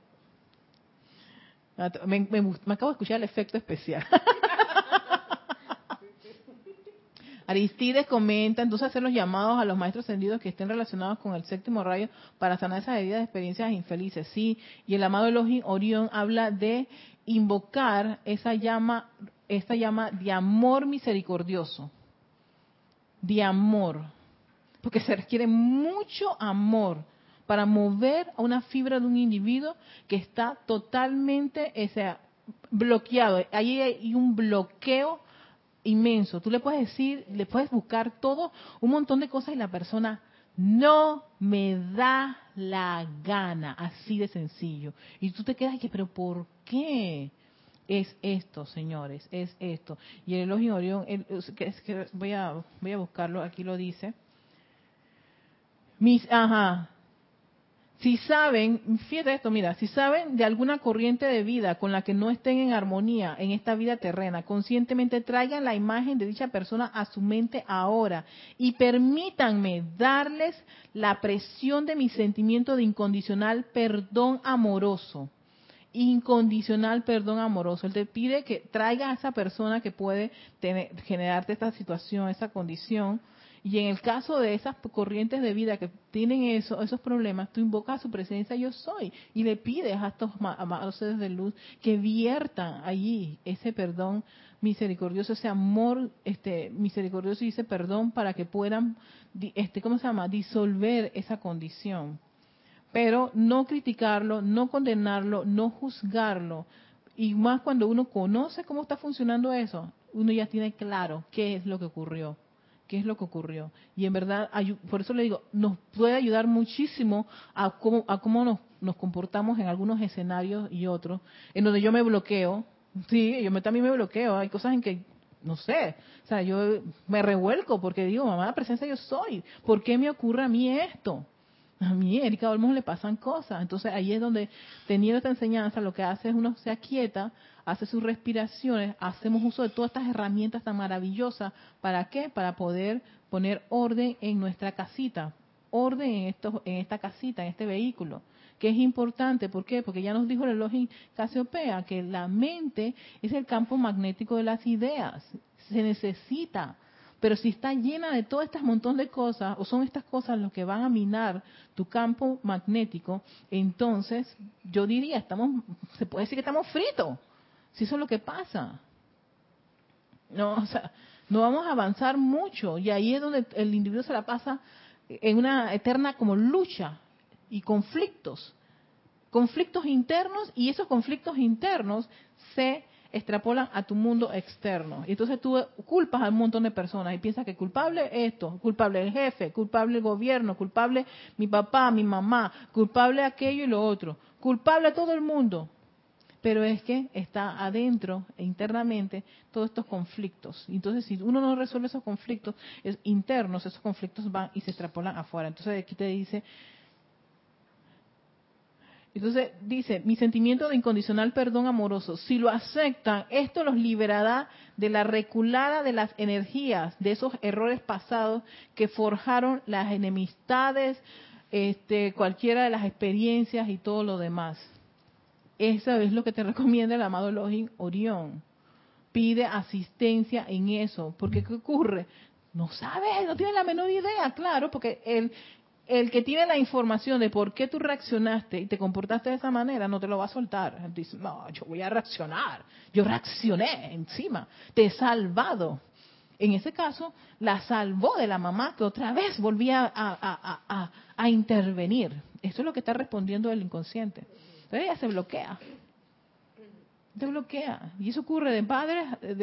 Me acabo de escuchar el efecto especial. Aristides comenta, entonces hacer los llamados a los maestros ascendidos que estén relacionados con el séptimo rayo para sanar esas heridas de experiencias infelices. Sí, y el amado Elohim Orión habla de invocar esta llama de amor misericordioso, de amor, porque se requiere mucho amor para mover a una fibra de un individuo que está totalmente bloqueado. Ahí hay un bloqueo inmenso. Tú le puedes decir, le puedes buscar todo, un montón de cosas y la persona no me da la gana, así de sencillo. Y tú te quedas y que, pero ¿por qué? Es esto, señores, es esto. Y el Elohim Orión, voy a buscarlo, aquí lo dice. Si saben, fíjate esto, mira, si saben de alguna corriente de vida con la que no estén en armonía en esta vida terrena, conscientemente traigan la imagen de dicha persona a su mente ahora y permítanme darles la presión de mi sentimiento de incondicional perdón amoroso. Incondicional perdón amoroso. Él te pide que traiga a esa persona que puede generarte esta situación, esa condición. Y en el caso de esas corrientes de vida que tienen esos problemas, tú invocas a su presencia yo soy y le pides a estos amados seres de luz que viertan allí ese perdón misericordioso, ese amor misericordioso y ese perdón para que puedan, disolver esa condición. Pero no criticarlo, no condenarlo, no juzgarlo. Y más cuando uno conoce cómo está funcionando eso, uno ya tiene claro qué es lo que ocurrió. ¿Qué es lo que ocurrió? Y en verdad, por eso le digo, nos puede ayudar muchísimo a cómo nos comportamos en algunos escenarios y otros, en donde yo me bloqueo. Sí, también me bloqueo. Hay cosas en que, no sé, o sea, yo me revuelco porque digo, mamá, presencia yo soy. ¿Por qué me ocurre a mí esto? A mí, Erika Olmos, le pasan cosas. Entonces ahí es donde, teniendo esta enseñanza, lo que hace es uno se aquieta, hace sus respiraciones, hacemos uso de todas estas herramientas tan maravillosas. ¿Para qué? Para poder poner orden en nuestra casita, orden en esta casita, en este vehículo, que es importante. ¿Por qué? Porque ya nos dijo el Elohim Casiopea que la mente es el campo magnético de las ideas, se necesita. Pero si está llena de todo este montón de cosas, o son estas cosas lo que van a minar tu campo magnético, entonces yo diría, se puede decir que estamos fritos. Si eso es lo que pasa. No, o sea, no vamos a avanzar mucho. Y ahí es donde el individuo se la pasa en una eterna como lucha y conflictos. Conflictos internos, y esos conflictos internos se extrapolan a tu mundo externo. Y entonces tú culpas a un montón de personas y piensas que culpable esto, culpable el jefe, culpable el gobierno, culpable mi papá, mi mamá, culpable aquello y lo otro, culpable a todo el mundo. Pero es que está adentro e internamente todos estos conflictos. Entonces, si uno no resuelve esos conflictos internos, esos conflictos van y se extrapolan afuera. Entonces, aquí te dice... Entonces dice, mi sentimiento de incondicional perdón amoroso, si lo aceptan, esto los liberará de la reculada de las energías, de esos errores pasados que forjaron las enemistades, cualquiera de las experiencias y todo lo demás. Eso es lo que te recomienda el amado Elohim Orión. Pide asistencia en eso, porque ¿qué ocurre? No sabes, no tienes la menor idea, claro, porque el que tiene la información de por qué tú reaccionaste y te comportaste de esa manera, no te lo va a soltar. Dice, no, yo voy a reaccionar. Yo reaccioné encima. Te he salvado. En ese caso, la salvó de la mamá que otra vez volvía a intervenir. Eso es lo que está respondiendo el inconsciente. Entonces ella se bloquea. Se bloquea. Y eso ocurre de padres,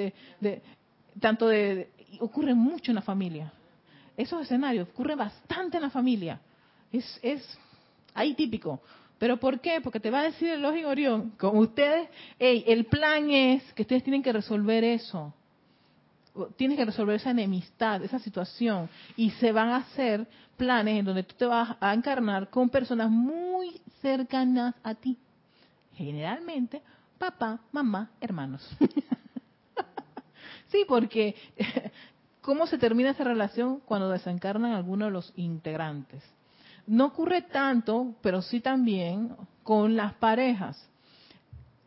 ocurre mucho en la familia. Esos escenarios ocurren bastante en la familia. Es ahí típico. ¿Pero por qué? Porque te va a decir el Elohim Orión, como ustedes, el plan es que ustedes tienen que resolver eso. Tienes que resolver esa enemistad, esa situación. Y se van a hacer planes en donde tú te vas a encarnar con personas muy cercanas a ti. Generalmente, papá, mamá, hermanos. Sí, porque ¿cómo se termina esa relación cuando desencarnan algunos de los integrantes? No ocurre tanto, pero sí también con las parejas.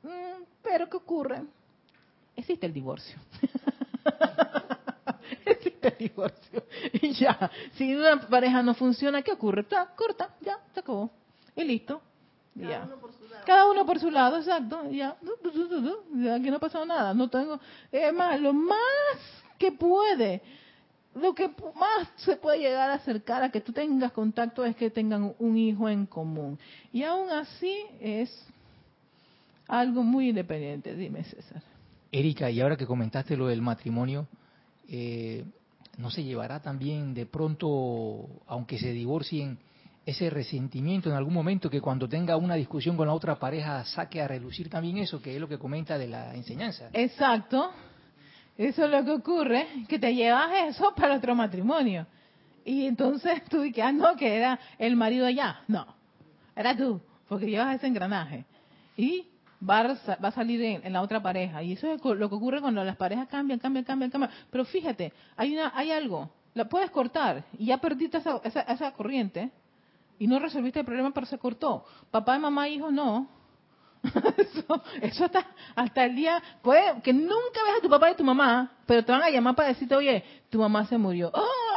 Pero ¿qué ocurre? Existe el divorcio. te divorcio. Y ya, si una pareja no funciona, ¿qué ocurre? Está corta, ya, se acabó. Y listo. Ya. Cada uno por su lado, exacto. Ya, ya aquí no ha pasado nada. No tengo, es más, lo más que puede, lo que más se puede llegar a acercar a que tú tengas contacto es que tengan un hijo en común. Y aún así es algo muy independiente. Dime, César. Erika, y ahora que comentaste lo del matrimonio, ¿no se llevará también de pronto, aunque se divorcien, ese resentimiento en algún momento que cuando tenga una discusión con la otra pareja saque a relucir también eso, que es lo que comenta de la enseñanza? Exacto. Eso es lo que ocurre, que te llevas eso para otro matrimonio. Y entonces tú dices, no, que era el marido allá. No, era tú, porque llevas ese engranaje. Y va a salir en la otra pareja. Y eso es lo que ocurre cuando las parejas cambian. Pero fíjate, hay algo, la puedes cortar y ya perdiste esa corriente y no resolviste el problema, pero se cortó. Papá, mamá, hijos, no. Eso hasta el día, puede que nunca veas a tu papá y tu mamá, pero te van a llamar para decirte, oye, tu mamá se murió.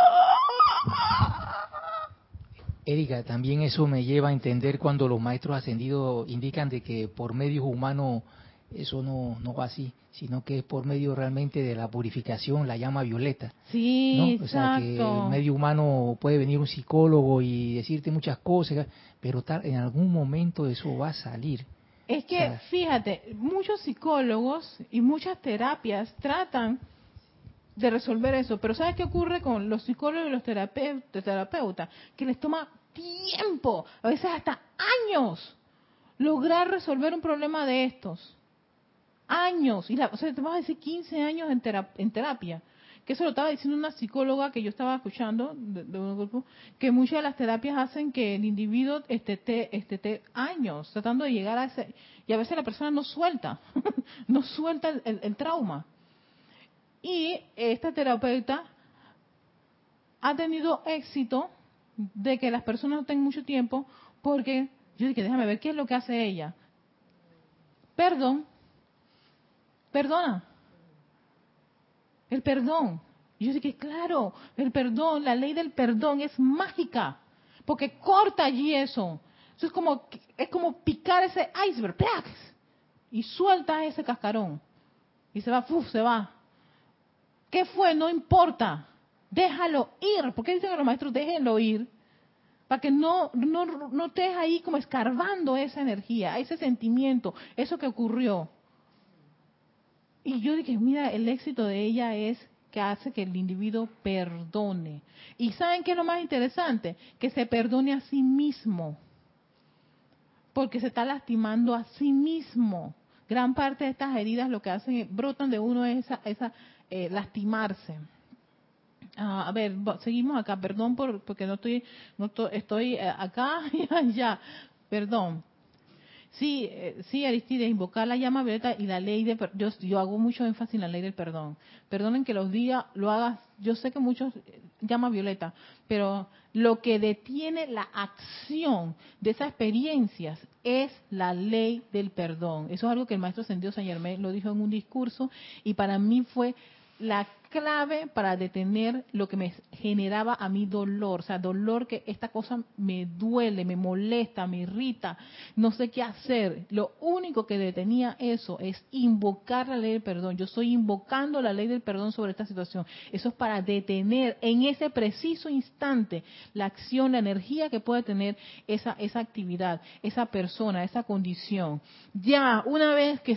Erika, también eso me lleva a entender cuando los maestros ascendidos indican de que por medios humanos eso no va así, sino que es por medio realmente de la purificación, la llama violeta, Sí, ¿no? O sea, que el exacto. medio humano puede venir un psicólogo y decirte muchas cosas, pero en algún momento eso va a salir. Es O que, sea, fíjate, muchos psicólogos y muchas terapias tratan de resolver eso, pero ¿sabes qué ocurre con los psicólogos y los terapeutas? Que les toma tiempo, a veces hasta años, lograr resolver un problema de estos. Años, o sea, te vas a decir 15 años en terapia. Que eso lo estaba diciendo una psicóloga que yo estaba escuchando de un grupo, que muchas de las terapias hacen que el individuo esté años tratando de llegar a ese, y a veces la persona no suelta, no suelta el trauma. Y esta terapeuta ha tenido éxito de que las personas no tengan mucho tiempo, porque yo dije, déjame ver qué es lo que hace ella. Perdona. El perdón. Y yo dije, claro, el perdón, la ley del perdón es mágica, porque corta allí eso. Eso es como picar ese iceberg, ¡plac! Y suelta ese cascarón. Y se va, ¡fuf! Se va. ¿Qué fue? No importa. Déjalo ir. ¿Por qué dicen que los maestros déjenlo ir? Para que no estés ahí como escarbando esa energía, ese sentimiento, eso que ocurrió. Y yo dije, mira, el éxito de ella es que hace que el individuo perdone. ¿Y saben qué es lo más interesante? Que se perdone a sí mismo. Porque se está lastimando a sí mismo. Gran parte de estas heridas lo que hacen es, brotan de uno es lastimarse. A ver, seguimos acá. Perdón porque estoy acá y allá. Perdón. Sí, sí, Aristides, invocar la llama violeta y la ley de yo hago mucho énfasis en la ley del perdón. Perdonen que los días lo hagas, yo sé que muchos llama violeta, pero lo que detiene la acción de esas experiencias es la ley del perdón. Eso es algo que el maestro Ascendido Saint Germain lo dijo en un discurso y para mí fue la clave para detener lo que me generaba a mí dolor, o sea, dolor que esta cosa me duele, me molesta, me irrita, no sé qué hacer. Lo único que detenía eso es invocar la ley del perdón. Yo estoy invocando la ley del perdón sobre esta situación. Eso es para detener en ese preciso instante la acción, la energía que puede tener esa actividad, esa persona, esa condición. Ya una vez que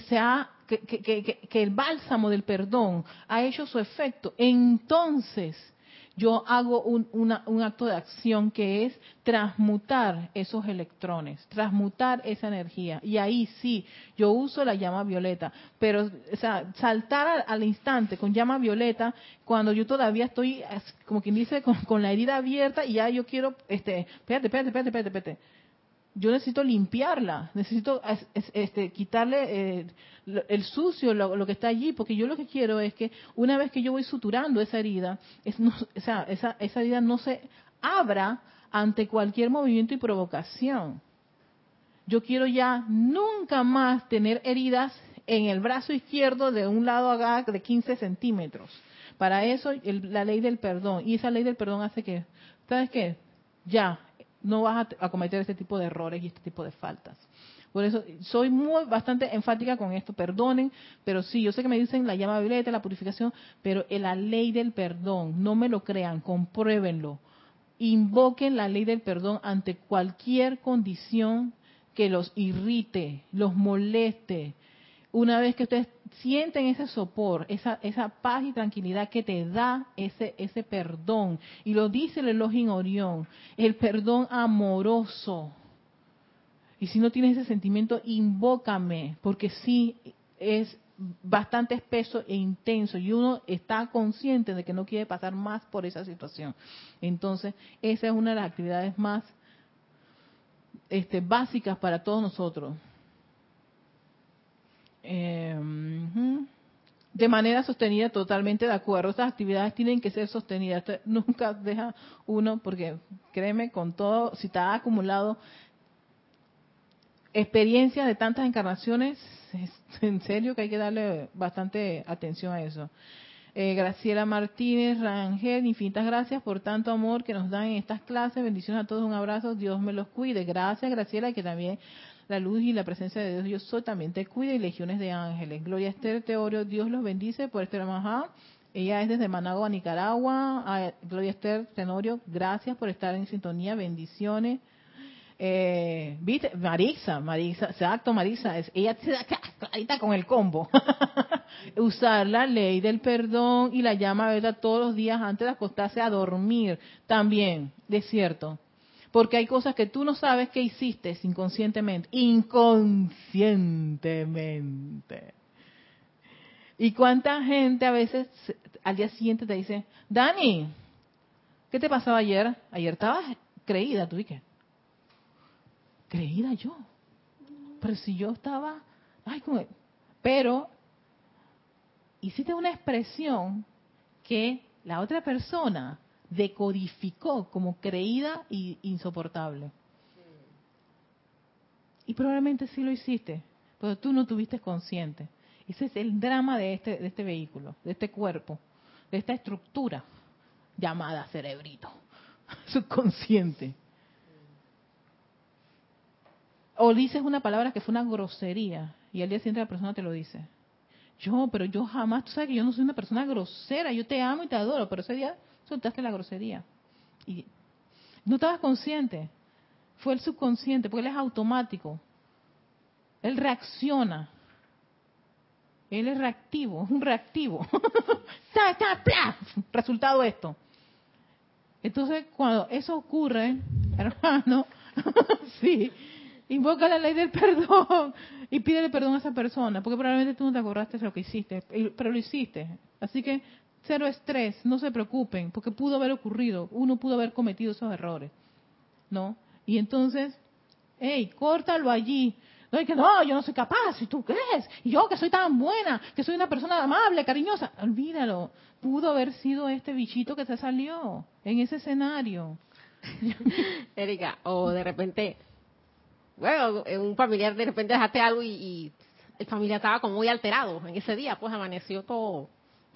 que el bálsamo del perdón ha hecho su efecto, entonces yo hago un acto de acción que es transmutar esos electrones, transmutar esa energía. Y ahí sí, yo uso la llama violeta, pero o sea, saltar al instante con llama violeta cuando yo todavía estoy, como quien dice, con la herida abierta y ya yo quiero, espérate. Yo necesito limpiarla, necesito quitarle el sucio, lo que está allí, porque yo lo que quiero es que una vez que yo voy suturando esa herida, esa herida no se abra ante cualquier movimiento y provocación. Yo quiero ya nunca más tener heridas en el brazo izquierdo de un lado acá de 15 centímetros, Para eso, la ley del perdón. Y esa ley del perdón hace que, ¿sabes qué? Ya, no vas a cometer este tipo de errores y este tipo de faltas. Por eso soy bastante enfática con esto. Perdonen, pero sí, yo sé que me dicen la llama violeta, la purificación, pero en la ley del perdón, no me lo crean, compruébenlo. Invoquen la ley del perdón ante cualquier condición que los irrite, los moleste. Una vez que ustedes sienten ese sopor, esa paz y tranquilidad que te da ese perdón, y lo dice el Elohim Orión, el perdón amoroso. Y si no tienes ese sentimiento, invócame, porque sí es bastante espeso e intenso y uno está consciente de que no quiere pasar más por esa situación. Entonces, esa es una de las actividades más básicas para todos nosotros. De manera sostenida, totalmente de acuerdo. Estas actividades tienen que ser sostenidas. Esto nunca deja uno, porque créeme, con todo, si está acumulado experiencia de tantas encarnaciones, en serio que hay que darle bastante atención a eso. Graciela Martínez Rangel, infinitas gracias por tanto amor que nos dan en estas clases. Bendiciones a todos, un abrazo, Dios me los cuide. Gracias, Graciela, que también la luz y la presencia de Dios yo soy también te cuide, y legiones de ángeles. Gloria Esther Teorio, Dios los bendice por este Ramajá. Ella es desde Managua, Nicaragua. Gloria Esther Tenorio, gracias por estar en sintonía, bendiciones. ¿Viste? Marisa, exacto, Marisa, ella ahí está con el combo. Usar la ley del perdón y la llama verdad todos los días antes de acostarse a dormir, también, es cierto. Porque hay cosas que tú no sabes que hiciste inconscientemente. Y cuánta gente a veces al día siguiente te dice, Dani, ¿qué te pasaba ayer? Ayer estabas creída, ¿tú y qué? Creída yo. Pero si yo estaba, pero hiciste una expresión que la otra persona decodificó como creída y insoportable. Y probablemente sí lo hiciste, pero tú no tuviste consciente. Ese es el drama de este vehículo, de este cuerpo, de esta estructura llamada cerebrito, subconsciente. O dices una palabra que fue una grosería y al día siguiente la persona te lo dice. Pero yo jamás, tú sabes que yo no soy una persona grosera, yo te amo y te adoro, pero ese día soltaste la grosería. Y no estabas consciente, fue el subconsciente, porque él es automático. Él reacciona. Él es reactivo, es un reactivo. Resultado esto. Entonces, cuando eso ocurre, hermano, sí, invoca la ley del perdón y pídele perdón a esa persona, porque probablemente tú no te acordaste de lo que hiciste, pero lo hiciste. Así que cero estrés, no se preocupen, porque pudo haber ocurrido, uno pudo haber cometido esos errores, ¿no? Y entonces, córtalo allí. No es que no, yo no soy capaz, ¿y tú crees? Y yo que soy tan buena, que soy una persona amable, cariñosa. Olvídalo, pudo haber sido este bichito que te salió en ese escenario. Erika, o de repente, bueno, un familiar de repente dejaste algo y el familiar estaba como muy alterado en ese día, pues amaneció todo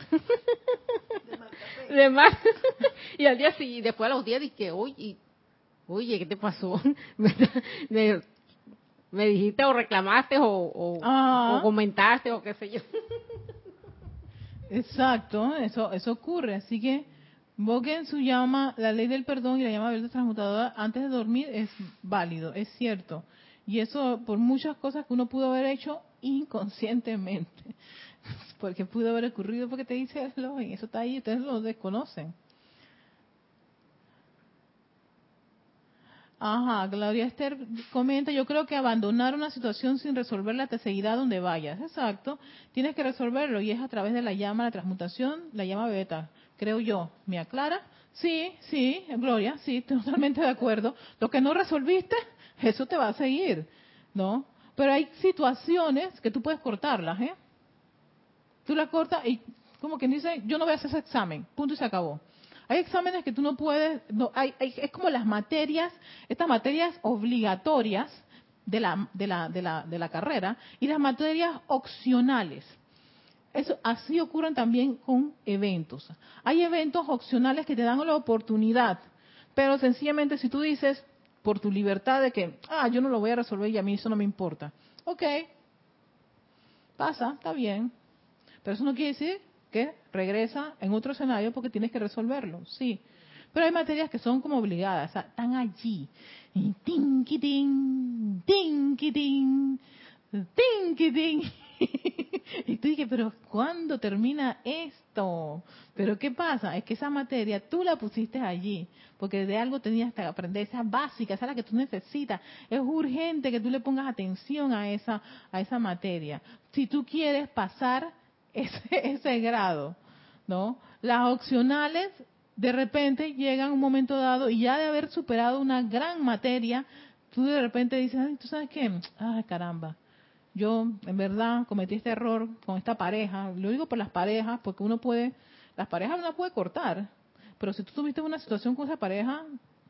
de mal. Y al día siguiente, después a los días dije, oye, ¿qué te pasó? Me dijiste o reclamaste o comentaste o qué sé yo. Exacto, eso ocurre. Así que invoquen su llama, la ley del perdón y la llama verde transmutadora antes de dormir es válido, es cierto. Y eso por muchas cosas que uno pudo haber hecho inconscientemente. Porque pudo haber ocurrido porque te dice Elohim, eso está ahí, ustedes lo desconocen. Ajá, Claudia Esther comenta, yo creo que abandonar una situación sin resolverla te seguirá donde vayas. Exacto, tienes que resolverlo y es a través de la llama, la transmutación, la llama beta, creo yo. ¿Me aclara? Sí, Gloria, sí, totalmente de acuerdo. Lo que no resolviste, eso te va a seguir, ¿no? Pero hay situaciones que tú puedes cortarlas, ¿eh? Tú las cortas y como quien dice, yo no voy a hacer ese examen, punto y se acabó. Hay exámenes que tú no puedes, es como las materias, estas materias obligatorias de la carrera y las materias opcionales. Eso así ocurren también con eventos. Hay eventos opcionales que te dan la oportunidad, pero sencillamente si tú dices por tu libertad de que, yo no lo voy a resolver y a mí eso no me importa. Ok, pasa, está bien. Pero eso no quiere decir que regresa en otro escenario porque tienes que resolverlo, sí. Pero hay materias que son como obligadas, o sea, están allí. Y tinquitín, tinquitín, tinquitín. Y tú dices, pero ¿cuándo termina esto? Pero ¿qué pasa? Es que esa materia tú la pusiste allí, porque de algo tenías que aprender, esa básica, esa es la que tú necesitas. Es urgente que tú le pongas atención a esa materia. Si tú quieres pasar ese grado, ¿no? Las opcionales de repente llegan un momento dado y ya de haber superado una gran materia, tú de repente dices, ay, ¿tú sabes qué? Ay, caramba, yo en verdad cometí este error con esta pareja. Lo digo por las parejas, porque las parejas uno puede cortar, pero si tú tuviste una situación con esa pareja,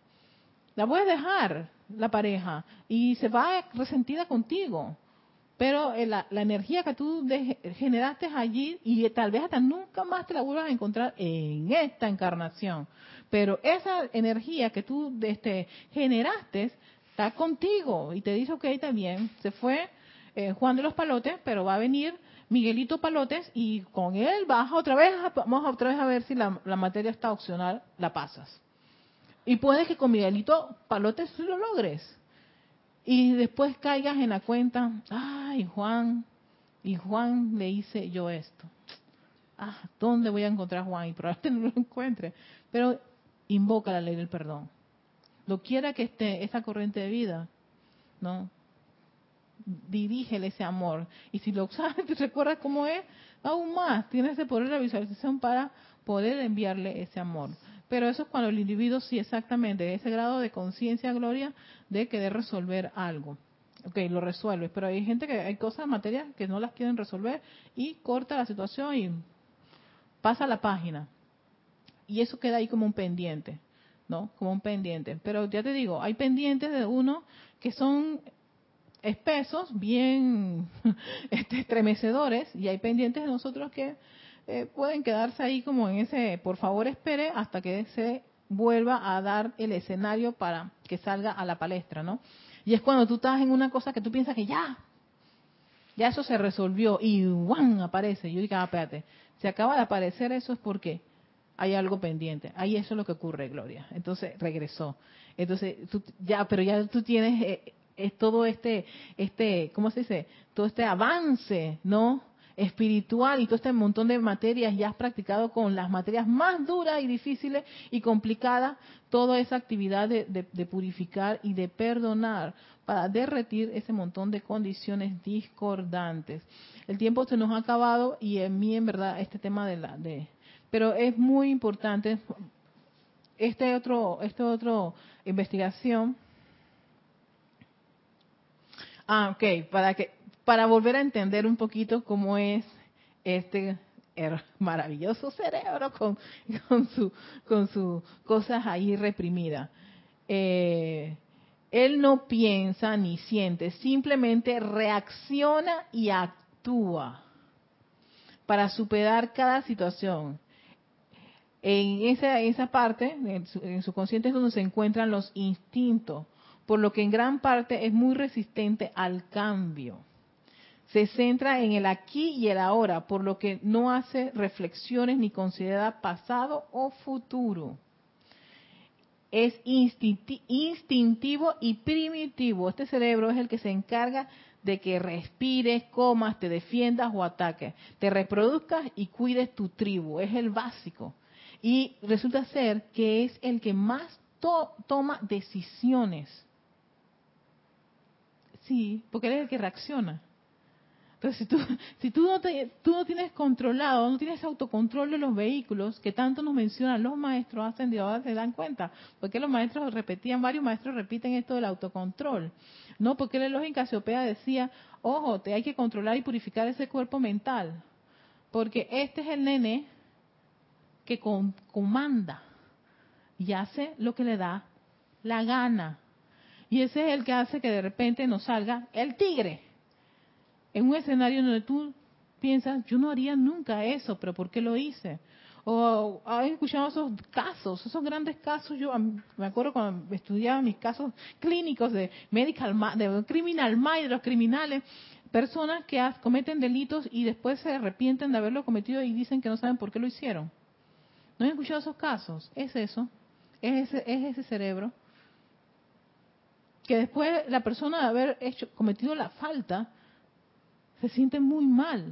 la puedes dejar, la pareja, y se va resentida contigo. Pero la energía que tú generaste allí, y tal vez hasta nunca más te la vuelvas a encontrar en esta encarnación. Pero esa energía que tú generaste está contigo y te dice, ok, también, se fue Juan de los Palotes, pero va a venir Miguelito Palotes y con él vamos otra vez a ver si la materia está opcional, la pasas. Y puede que con Miguelito Palotes tú lo logres. Y después caigas en la cuenta, ay, Juan, y Juan le hice yo esto. ¿Dónde voy a encontrar a Juan? Y probablemente no lo encuentre. Pero invoca la ley del perdón. Lo quiera que esté esa corriente de vida, ¿no? Dirígele ese amor. Y si lo sabes, te recuerdas cómo es, aún más, tienes ese poder de visualización para poder enviarle ese amor. Pero eso es cuando el individuo sí exactamente, ese grado de conciencia, Gloria, de querer resolver algo. Ok, lo resuelves, pero hay gente que hay cosas, materias que no las quieren resolver y corta la situación y pasa la página. Y eso queda ahí como un pendiente, ¿no? Como un pendiente. Pero ya te digo, hay pendientes de uno que son espesos, bien estremecedores, y hay pendientes de nosotros que pueden quedarse ahí como en ese, por favor espere hasta que se vuelva a dar el escenario para que salga a la palestra, ¿no? Y es cuando tú estás en una cosa que tú piensas que ya eso se resolvió y ¡guau! Aparece. Yo digo, espérate, se acaba de aparecer, eso es porque hay algo pendiente. Ahí eso es lo que ocurre, Gloria. Entonces regresó. Entonces, pero ya tú tienes es todo ¿cómo se dice? Todo este avance, ¿no? Espiritual y todo este montón de materias, ya has practicado con las materias más duras y difíciles y complicadas, toda esa actividad de purificar y de perdonar para derretir ese montón de condiciones discordantes. El tiempo se nos ha acabado y en mí, en verdad, este tema pero es muy importante otro investigación. Ok, para volver a entender un poquito cómo es este maravilloso cerebro con sus cosas ahí reprimidas. Él no piensa ni siente, simplemente reacciona y actúa para superar cada situación. En esa parte, en su consciente es donde se encuentran los instintos, por lo que en gran parte es muy resistente al cambio. Se centra en el aquí y el ahora, por lo que no hace reflexiones ni considera pasado o futuro. Es instintivo y primitivo. Este cerebro es el que se encarga de que respires, comas, te defiendas o ataques, te reproduzcas y cuides tu tribu. Es el básico. Y resulta ser que es el que más toma decisiones. Sí, porque él es el que reacciona. Entonces, si tú no tienes controlado, no tienes autocontrol de los vehículos, que tanto nos mencionan los maestros ascendidos, se dan cuenta, porque varios maestros repiten esto del autocontrol, ¿no? Porque el elogio en Casiopea decía, ojo, hay que controlar y purificar ese cuerpo mental, porque este es el nene que comanda y hace lo que le da la gana. Y ese es el que hace que de repente nos salga el tigre en un escenario donde tú piensas, yo no haría nunca eso, pero ¿por qué lo hice? O has escuchado esos casos, esos grandes casos. Yo me acuerdo cuando estudiaba mis casos clínicos de de criminal mind, de los criminales, personas que cometen delitos y después se arrepienten de haberlo cometido y dicen que no saben por qué lo hicieron. ¿No has escuchado esos casos? Es eso, es ese cerebro que después la persona de haber cometido la falta se siente muy mal.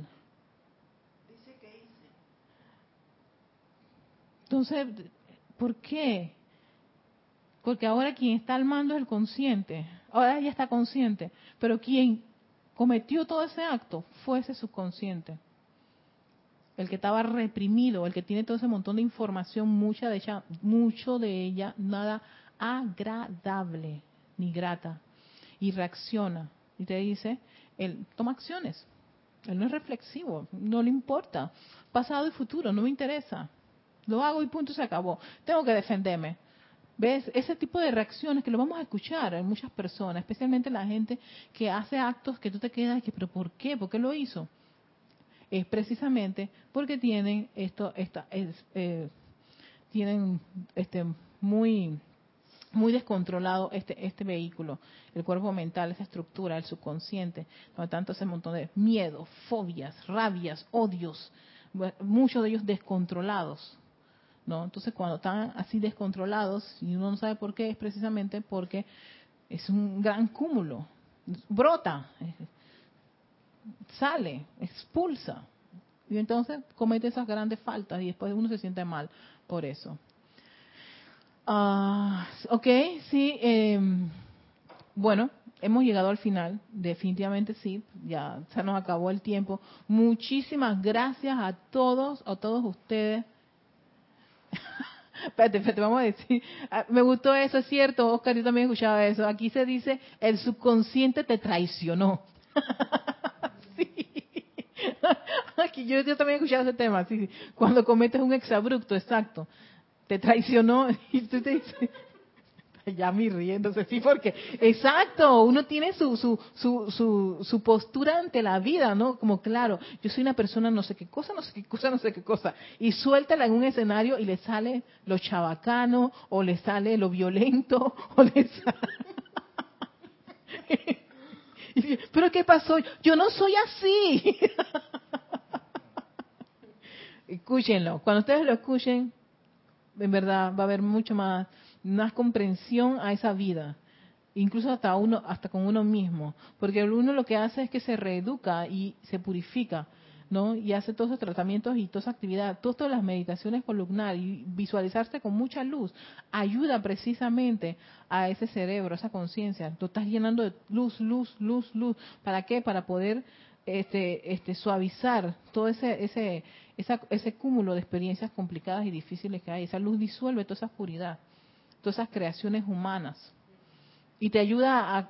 Entonces, ¿por qué? Porque ahora quien está al mando es el consciente. Ahora ya está consciente. Pero quien cometió todo ese acto fue ese subconsciente. El que estaba reprimido, el que tiene todo ese montón de información, mucho de ella nada agradable ni grata. Y reacciona. Y te dice, él toma acciones. Él no es reflexivo, no le importa. Pasado y futuro, no me interesa. Lo hago y punto, se acabó. Tengo que defenderme. ¿Ves? Ese tipo de reacciones que lo vamos a escuchar en muchas personas, especialmente la gente que hace actos que tú te quedas, que, ¿pero por qué? ¿Por qué lo hizo? Es precisamente porque tienen tienen muy muy descontrolado este vehículo, el cuerpo mental, esa estructura, el subconsciente, donde tanto ese montón de miedo, fobias, rabias, odios, muchos de ellos descontrolados, ¿no? Entonces cuando están así descontrolados y uno no sabe por qué, es precisamente porque es un gran cúmulo, brota, sale, expulsa, y entonces comete esas grandes faltas y después uno se siente mal por eso. Ok, sí, bueno, hemos llegado al final, definitivamente sí, ya se nos acabó el tiempo. Muchísimas gracias a todos ustedes. Espérate, vamos a decir, me gustó eso, es cierto, Oscar, yo también escuchaba eso. Aquí se dice, el subconsciente te traicionó. Sí. Aquí yo también he escuchado ese tema, sí. Cuando cometes un exabrupto, exacto. Te traicionó y tú te dices, ya me riéndose, sí, porque, exacto, uno tiene su postura ante la vida, ¿no? Como, claro, yo soy una persona no sé qué cosa, no sé qué cosa, no sé qué cosa, y suéltala en un escenario y le sale lo chabacano, o le sale lo violento, o le sale... ¿Pero qué pasó? Yo no soy así. Escúchenlo, cuando ustedes lo escuchen, en verdad va a haber mucho más comprensión a esa vida, incluso hasta con uno mismo, porque uno lo que hace es que se reeduca y se purifica, ¿no? Y hace todos esos tratamientos y toda esa actividad, todas las meditaciones columnar y visualizarse con mucha luz ayuda precisamente a ese cerebro, a esa conciencia. Tú estás llenando de luz, luz, luz, luz. ¿Para qué? Para poder suavizar todo ese cúmulo de experiencias complicadas y difíciles que hay. Esa luz disuelve toda esa oscuridad, todas esas creaciones humanas, y te ayuda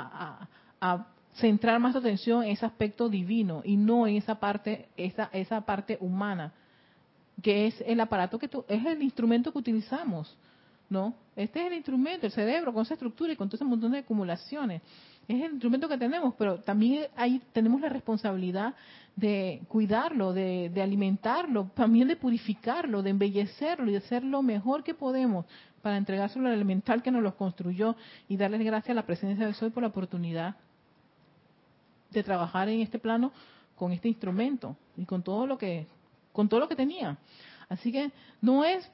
a centrar más tu atención en ese aspecto divino y no en esa parte humana, que es el aparato es el instrumento que utilizamos, ¿no? Este es el instrumento, el cerebro, con esa estructura y con todo ese montón de acumulaciones. Es el instrumento que tenemos, pero también ahí tenemos la responsabilidad de cuidarlo, de alimentarlo, también de purificarlo, de embellecerlo y de hacer lo mejor que podemos para entregárselo al elemental que nos lo construyó y darles gracias a la presencia de Soy por la oportunidad de trabajar en este plano con este instrumento y con todo lo que tenía. Así que no es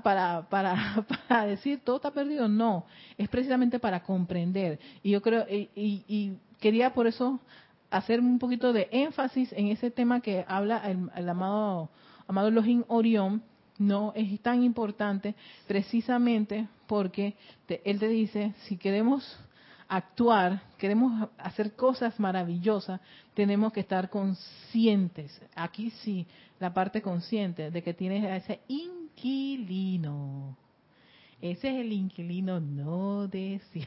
para decir todo está perdido, no, es precisamente para comprender. Y yo creo, y quería por eso hacer un poquito de énfasis en ese tema que habla el amado Elohim Orión. No es tan importante precisamente porque él te dice, si queremos actuar, queremos hacer cosas maravillosas, tenemos que estar conscientes. Aquí sí, la parte consciente de que tienes a ese inquilino. Ese es el inquilino no deseado.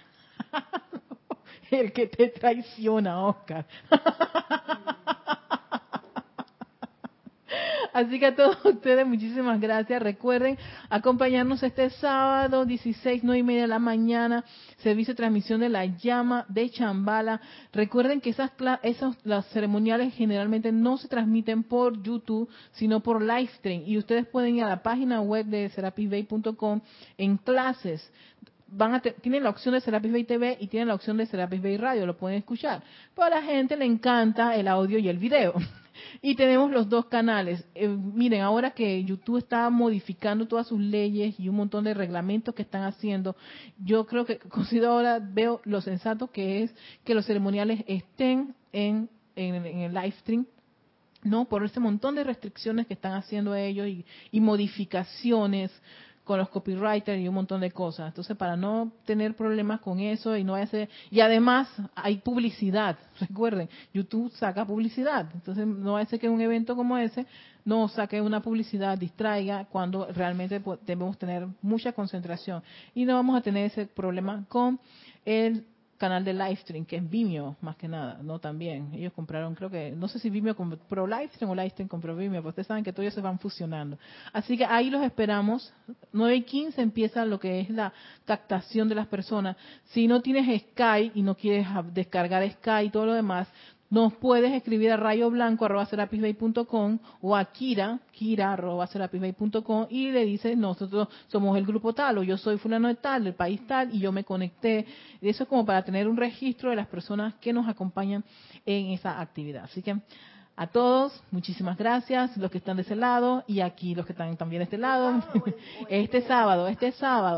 El que te traiciona, Oscar. Así que a todos ustedes, muchísimas gracias. Recuerden acompañarnos este sábado, 16, 9:30 de la mañana, servicio de transmisión de la llama de Chambala. Recuerden que las ceremoniales generalmente no se transmiten por YouTube, sino por Livestream. Y ustedes pueden ir a la página web de serapisbay.com en clases. Tienen la opción de Serapis Bay TV y tienen la opción de Serapis Bay Radio, lo pueden escuchar. Pero a la gente le encanta el audio y el video. Y tenemos los dos canales. Miren, ahora que YouTube está modificando todas sus leyes y un montón de reglamentos que están haciendo, yo creo que considero ahora, veo lo sensato que es que los ceremoniales estén en el live stream, ¿no? Por ese montón de restricciones que están haciendo ellos y modificaciones con los copywriters y un montón de cosas. Entonces, para no tener problemas con eso y además hay publicidad. Recuerden, YouTube saca publicidad. Entonces, no va a ser que un evento como ese no saque una publicidad, distraiga, cuando realmente debemos tener mucha concentración. Y no vamos a tener ese problema con el canal de Livestream, que es Vimeo, más que nada, ¿no? También, ellos compraron, creo que, no sé si Vimeo compró Livestream o Livestream compró Vimeo, pero ustedes saben que todos ellos se van fusionando. Así que ahí los esperamos. 9:15 empieza lo que es la captación de las personas. Si no tienes Skype y no quieres descargar Skype y todo lo demás, nos puedes escribir a rayoblanco@serapisbay.com o a kira@serapisbay.com y le dices, nosotros somos el grupo tal o yo soy fulano de tal, del país tal y yo me conecté. Eso es como para tener un registro de las personas que nos acompañan en esa actividad. Así que a todos, muchísimas gracias, los que están de ese lado y aquí los que están también de este lado. Este sábado es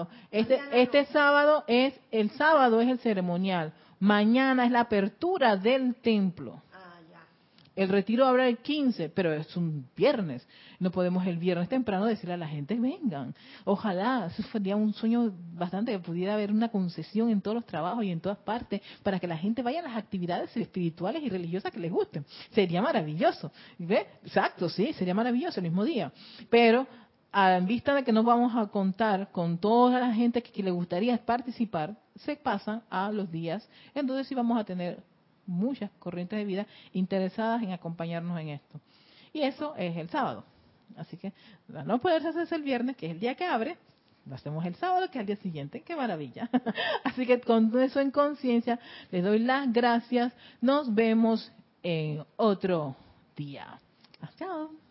el ceremonial. Mañana es la apertura del templo. El retiro abre el 15, pero es un viernes. No podemos el viernes temprano decirle a la gente, vengan. Ojalá, eso sería un sueño bastante, que pudiera haber una concesión en todos los trabajos y en todas partes, para que la gente vaya a las actividades espirituales y religiosas que les gusten. Sería maravilloso. ¿Ve? Exacto, sí, sería maravilloso el mismo día. Pero en vista de que no vamos a contar con toda la gente que le gustaría participar, se pasan a los días. Entonces sí vamos a tener muchas corrientes de vida interesadas en acompañarnos en esto. Y eso es el sábado. Así que a no poderse hacerse el viernes, que es el día que abre, lo hacemos el sábado, que es el día siguiente. ¡Qué maravilla! Así que con eso en conciencia, les doy las gracias. Nos vemos en otro día. Chao.